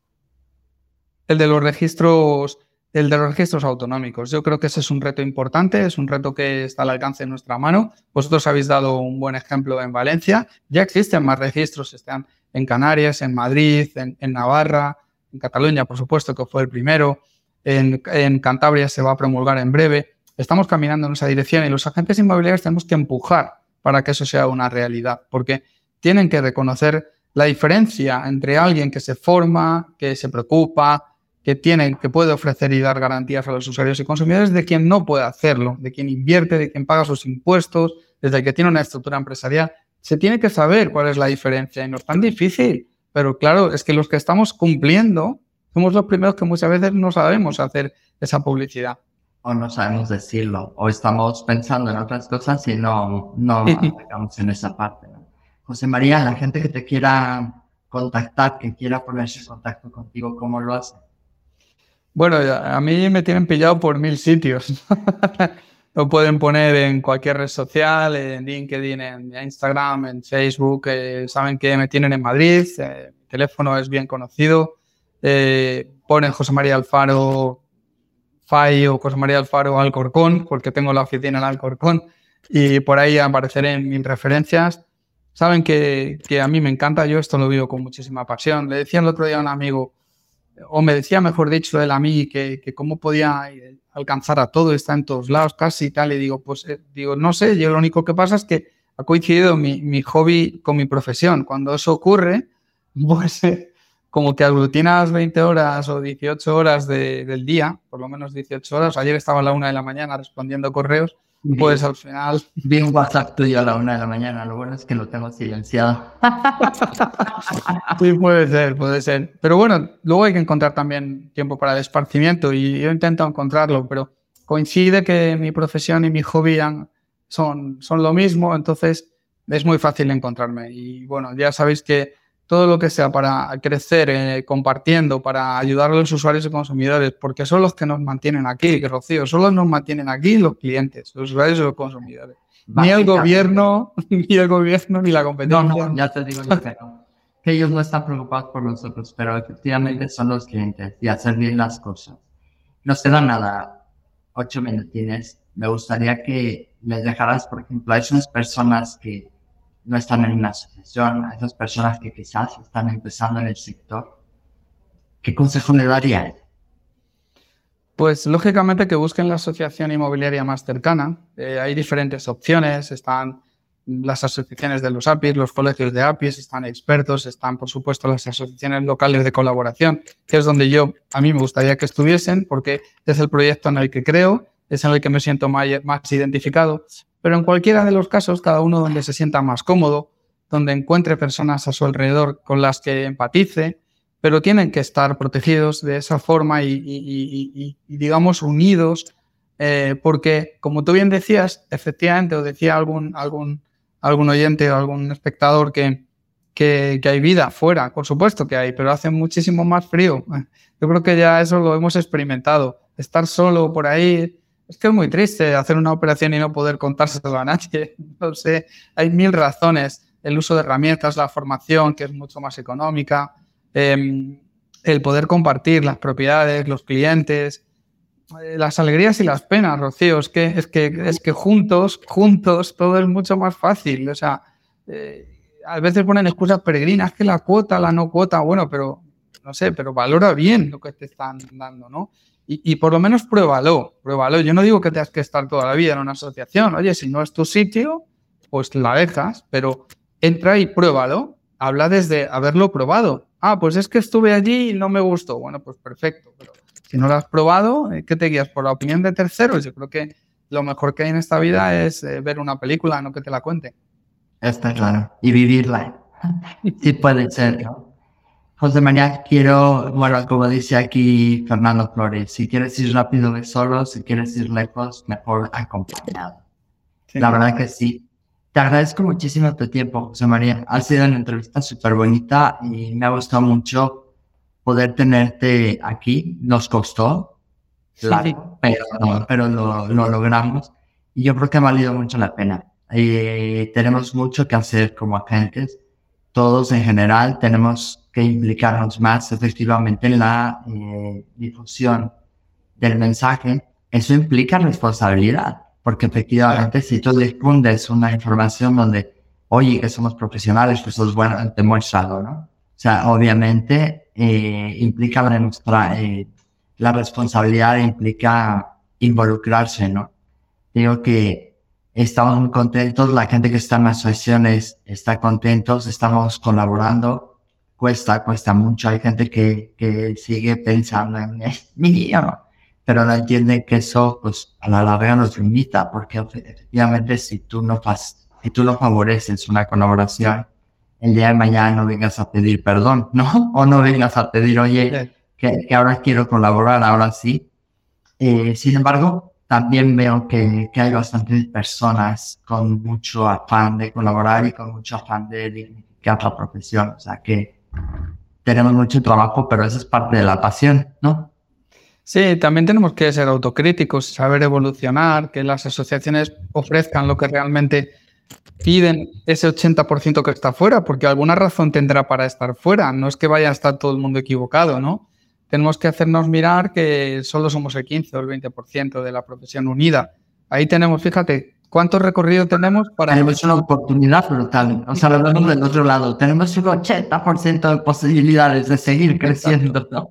registros. El de los registros autonómicos. Yo creo que ese es un reto importante, es un reto que está al alcance de nuestra mano. Vosotros habéis dado un buen ejemplo en Valencia. Ya existen más registros, están en Canarias, en Madrid, en Navarra, en Cataluña, por supuesto, que fue el primero. En Cantabria se va a promulgar en breve. Estamos caminando en esa dirección y los agentes inmobiliarios tenemos que empujar para que eso sea una realidad, porque tienen que reconocer la diferencia entre alguien que se forma, que se preocupa, que puede ofrecer y dar garantías a los usuarios y consumidores, de quien no puede hacerlo, de quien invierte, de quien paga sus impuestos, desde el que tiene una estructura empresarial. Se tiene que saber cuál es la diferencia y no es tan difícil, pero claro, es que los que estamos cumpliendo somos los primeros que muchas veces no sabemos hacer esa publicidad. O no sabemos decirlo, o estamos pensando en otras cosas y no atacamos en esa parte, ¿no? José María, la gente que te quiera contactar, que quiera ponerse en contacto contigo, ¿cómo lo hace? Bueno, a mí me tienen pillado por 1000 sitios. Lo pueden poner en cualquier red social, en LinkedIn, en Instagram, en Facebook. Saben que me tienen en Madrid. Mi teléfono es bien conocido. Ponen José María Alfaro FAI o José María Alfaro Alcorcón, porque tengo la oficina en Alcorcón. Y por ahí apareceré en 1000 referencias. Saben que a mí me encanta. Yo esto lo vivo con muchísima pasión. Le decía el otro día a un amigo, o me decía, mejor dicho, él a mí, que cómo podía alcanzar a todo, está en todos lados casi y tal. Y digo, no sé, yo lo único que pasa es que ha coincidido mi hobby con mi profesión. Cuando eso ocurre, pues como que aglutinas 20 horas o 18 horas del día, por lo menos 18 horas. Ayer estaba a la 1 de la mañana respondiendo correos. Pues al final... Vi un WhatsApp tuyo a la 1 de la mañana, lo bueno es que lo tengo silenciado. Sí, puede ser. Pero bueno, luego hay que encontrar también tiempo para el esparcimiento y yo intento encontrarlo, pero coincide que mi profesión y mi hobby son lo mismo, entonces es muy fácil encontrarme. Y bueno, ya sabéis que todo lo que sea para crecer, compartiendo, para ayudar a los usuarios y consumidores, porque son los que nos mantienen aquí, que Rocío, solo nos mantienen aquí los clientes, los usuarios y los consumidores. Ni el gobierno, ni la competencia. No, ya te digo yo que no. Que ellos no están preocupados por nosotros, pero efectivamente son los clientes y hacer bien las cosas. No se da nada, 8 minutines. Me gustaría que les dejaras, por ejemplo, a esas personas que no están en una asociación, a esas personas que quizás están empezando en el sector, ¿qué consejo le darías? Pues lógicamente que busquen la asociación inmobiliaria más cercana. Hay diferentes opciones, están las asociaciones de los APIs, los colegios de APIs, están expertos, están por supuesto las asociaciones locales de colaboración, que es donde a mí me gustaría que estuviesen, porque es el proyecto en el que creo, es en el que me siento más identificado. Pero en cualquiera de los casos, cada uno donde se sienta más cómodo, donde encuentre personas a su alrededor con las que empatice, pero tienen que estar protegidos de esa forma y digamos, unidos, porque, como tú bien decías, efectivamente, o decía algún oyente o algún espectador que hay vida afuera, por supuesto que hay, pero hace muchísimo más frío. Yo creo que ya eso lo hemos experimentado. Estar solo por ahí, es que es muy triste hacer una operación y no poder contárselo a nadie. No sé, hay 1000 razones. El uso de herramientas, la formación, que es mucho más económica, el poder compartir las propiedades, los clientes, las alegrías y las penas, Rocío. Es que juntos todo es mucho más fácil. O sea, a veces ponen excusas peregrinas, que la cuota, la no cuota, bueno, pero no sé, pero valora bien lo que te están dando, ¿no? Y por lo menos pruébalo. Yo no digo que tengas que estar toda la vida en una asociación. Oye, si no es tu sitio, pues la dejas, pero entra y pruébalo. Habla desde haberlo probado. Ah, pues es que estuve allí y no me gustó. Bueno, pues perfecto. Pero si no lo has probado, ¿qué te guías? ¿Por la opinión de terceros? Yo creo que lo mejor que hay en esta vida es ver una película, no que te la cuente. Está claro. Y vivirla. Sí puede ser, ¿no? José María, bueno, como dice aquí Fernando Flores, si quieres ir rápido, ve solo, si quieres ir lejos, mejor acompañado. Sí. La verdad que sí. Te agradezco muchísimo tu tiempo, José María. Ha sido una entrevista súper bonita y me ha gustado mucho poder tenerte aquí. Nos costó, claro, pero lo logramos. Y yo creo que ha valido mucho la pena. Tenemos mucho que hacer como agentes. Todos en general tenemos que implicarnos más efectivamente en la difusión del mensaje. Eso implica responsabilidad, porque efectivamente si tú difundes una información donde, oye, que somos profesionales, pues eso es bueno, demuéstralo, ¿no? O sea, obviamente implica la responsabilidad, implica involucrarse, ¿no? Digo que estamos muy contentos, la gente que está en las sesiones está contentos, estamos colaborando, cuesta mucho, hay gente que sigue pensando en mí, ¿no? Pero no entiende que eso, pues, a la larga nos limita, porque efectivamente si tú no favoreces una colaboración, el día de mañana no vengas a pedir perdón, ¿no? O no vengas a pedir, oye, que ahora quiero colaborar, ahora sí. Sin embargo, también veo que hay bastantes personas con mucho afán de colaborar y con mucho afán de dignificar la profesión. O sea que tenemos mucho trabajo, pero eso es parte de la pasión, ¿no? Sí, también tenemos que ser autocríticos, saber evolucionar, que las asociaciones ofrezcan lo que realmente piden ese 80% que está fuera, porque alguna razón tendrá para estar fuera. No es que vaya a estar todo el mundo equivocado, ¿no? Tenemos que hacernos mirar que solo somos el 15 o el 20% de la profesión unida. Ahí tenemos, fíjate, ¿cuánto recorrido tenemos para...? Tenemos una oportunidad brutal. O sea, lo vemos del otro lado. Tenemos un 80% de posibilidades de seguir creciendo, ¿no?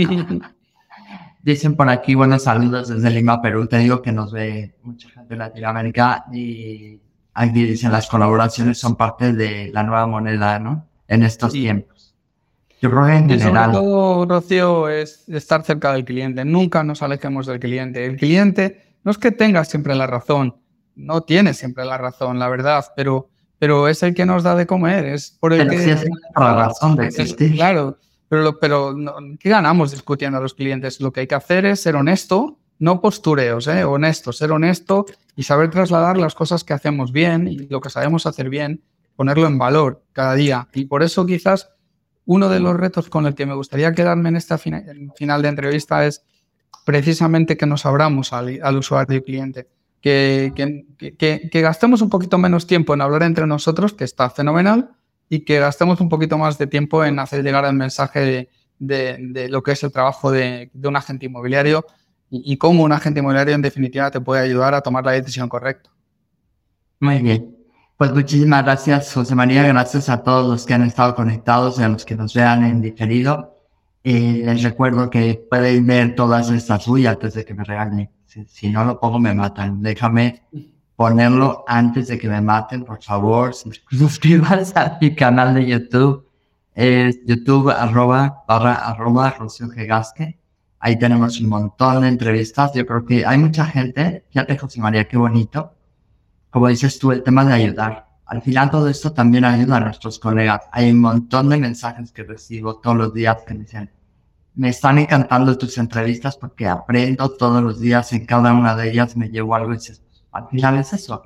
Dicen por aquí, buenos saludos desde Lima, Perú. Te digo que nos ve mucha gente de Latinoamérica y aquí dicen las colaboraciones son parte de la nueva moneda, ¿no? En estos tiempos. Yo creo que en general... Sobre todo, Rocío, es estar cerca del cliente. Nunca nos alejemos del cliente. El cliente no es que tenga siempre la razón, no tiene siempre la razón, la verdad, pero es el que nos da de comer, es por el pero que... sí es la razón de existir. Claro, pero no, ¿qué ganamos discutiendo a los clientes? Lo que hay que hacer es ser honesto, no postureos, honesto, ser honesto y saber trasladar las cosas que hacemos bien y lo que sabemos hacer bien, ponerlo en valor cada día. Y por eso quizás uno de los retos con el que me gustaría quedarme en esta final de entrevista es precisamente que nos abramos al usuario y cliente, que gastemos un poquito menos tiempo en hablar entre nosotros, que está fenomenal, y que gastemos un poquito más de tiempo en hacer llegar el mensaje de lo que es el trabajo de un agente inmobiliario y cómo un agente inmobiliario en definitiva te puede ayudar a tomar la decisión correcta. Muy bien. Pues muchísimas gracias, José María. Gracias a todos los que han estado conectados y a los que nos vean en diferido. Les recuerdo que pueden ver todas estas antes de que me regañen. Si no lo pongo, me matan. Déjame ponerlo antes de que me maten, por favor. Suscríbanse a mi canal de YouTube. Es YouTube // Rocío G. Gasque. Ahí tenemos un montón de entrevistas. Yo creo que hay mucha gente. Fíjate, José María, qué bonito. Como dices tú, el tema de ayudar. Al final todo esto también ayuda a nuestros colegas. Hay un montón de mensajes que recibo todos los días que me dicen, me están encantando tus entrevistas porque aprendo todos los días, en cada una de ellas me llevo algo y dices, al final es eso.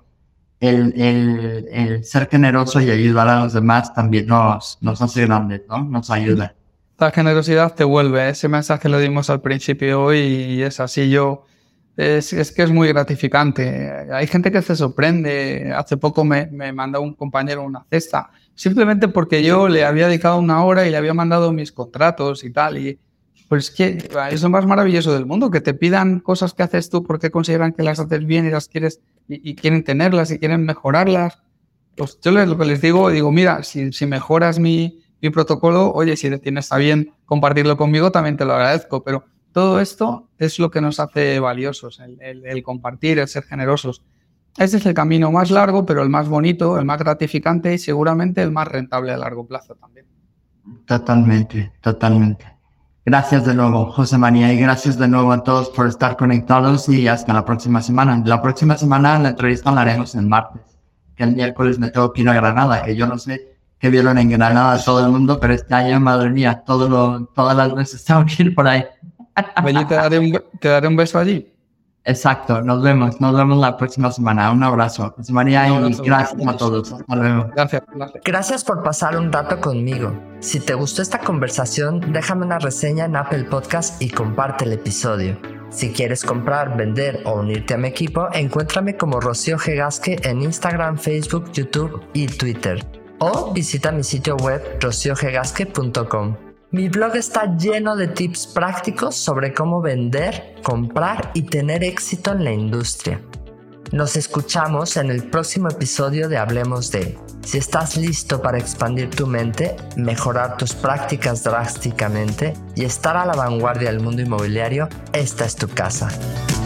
El ser generoso y ayudar a los demás también nos hace grandes, ¿no? Nos ayuda. La generosidad te vuelve. Ese mensaje lo dimos al principio hoy y es así. Es que es muy gratificante. Hay gente que se sorprende. Hace poco me mandó un compañero una cesta, simplemente porque yo le había dedicado una hora y le había mandado mis contratos y tal. Y pues que eso es lo más maravilloso del mundo, que te pidan cosas que haces tú porque consideran que las haces bien y las quieres y quieren tenerlas y quieren mejorarlas. Pues yo lo que les digo, mira, si mejoras mi protocolo, oye, si te tienes a bien compartirlo conmigo, también te lo agradezco, pero todo esto es lo que nos hace valiosos, el compartir, el ser generosos. Ese es el camino más largo, pero el más bonito, el más gratificante y seguramente el más rentable a largo plazo también. Totalmente. Gracias de nuevo, José María, y gracias de nuevo a todos por estar conectados y hasta la próxima semana. La próxima semana la entrevista la haremos el martes, que el miércoles me tengo que ir a Granada, que yo no sé qué vieron en Granada todo el mundo, pero este año, madre mía, todas las veces tengo que ir por ahí. Oye, te daré un beso allí. Exacto, nos vemos la próxima semana. Un abrazo, José María, y gracias a todos. Hasta luego. Gracias. Gracias por pasar un rato conmigo. Si te gustó esta conversación, déjame una reseña en Apple Podcast y comparte el episodio. Si quieres comprar, vender o unirte a mi equipo, encuéntrame como Rocío G. Gasque en Instagram, Facebook, YouTube y Twitter. O visita mi sitio web rocioggasque.com. Mi blog está lleno de tips prácticos sobre cómo vender, comprar y tener éxito en la industria. Nos escuchamos en el próximo episodio de Hablemos de. Si estás listo para expandir tu mente, mejorar tus prácticas drásticamente y estar a la vanguardia del mundo inmobiliario, esta es tu casa.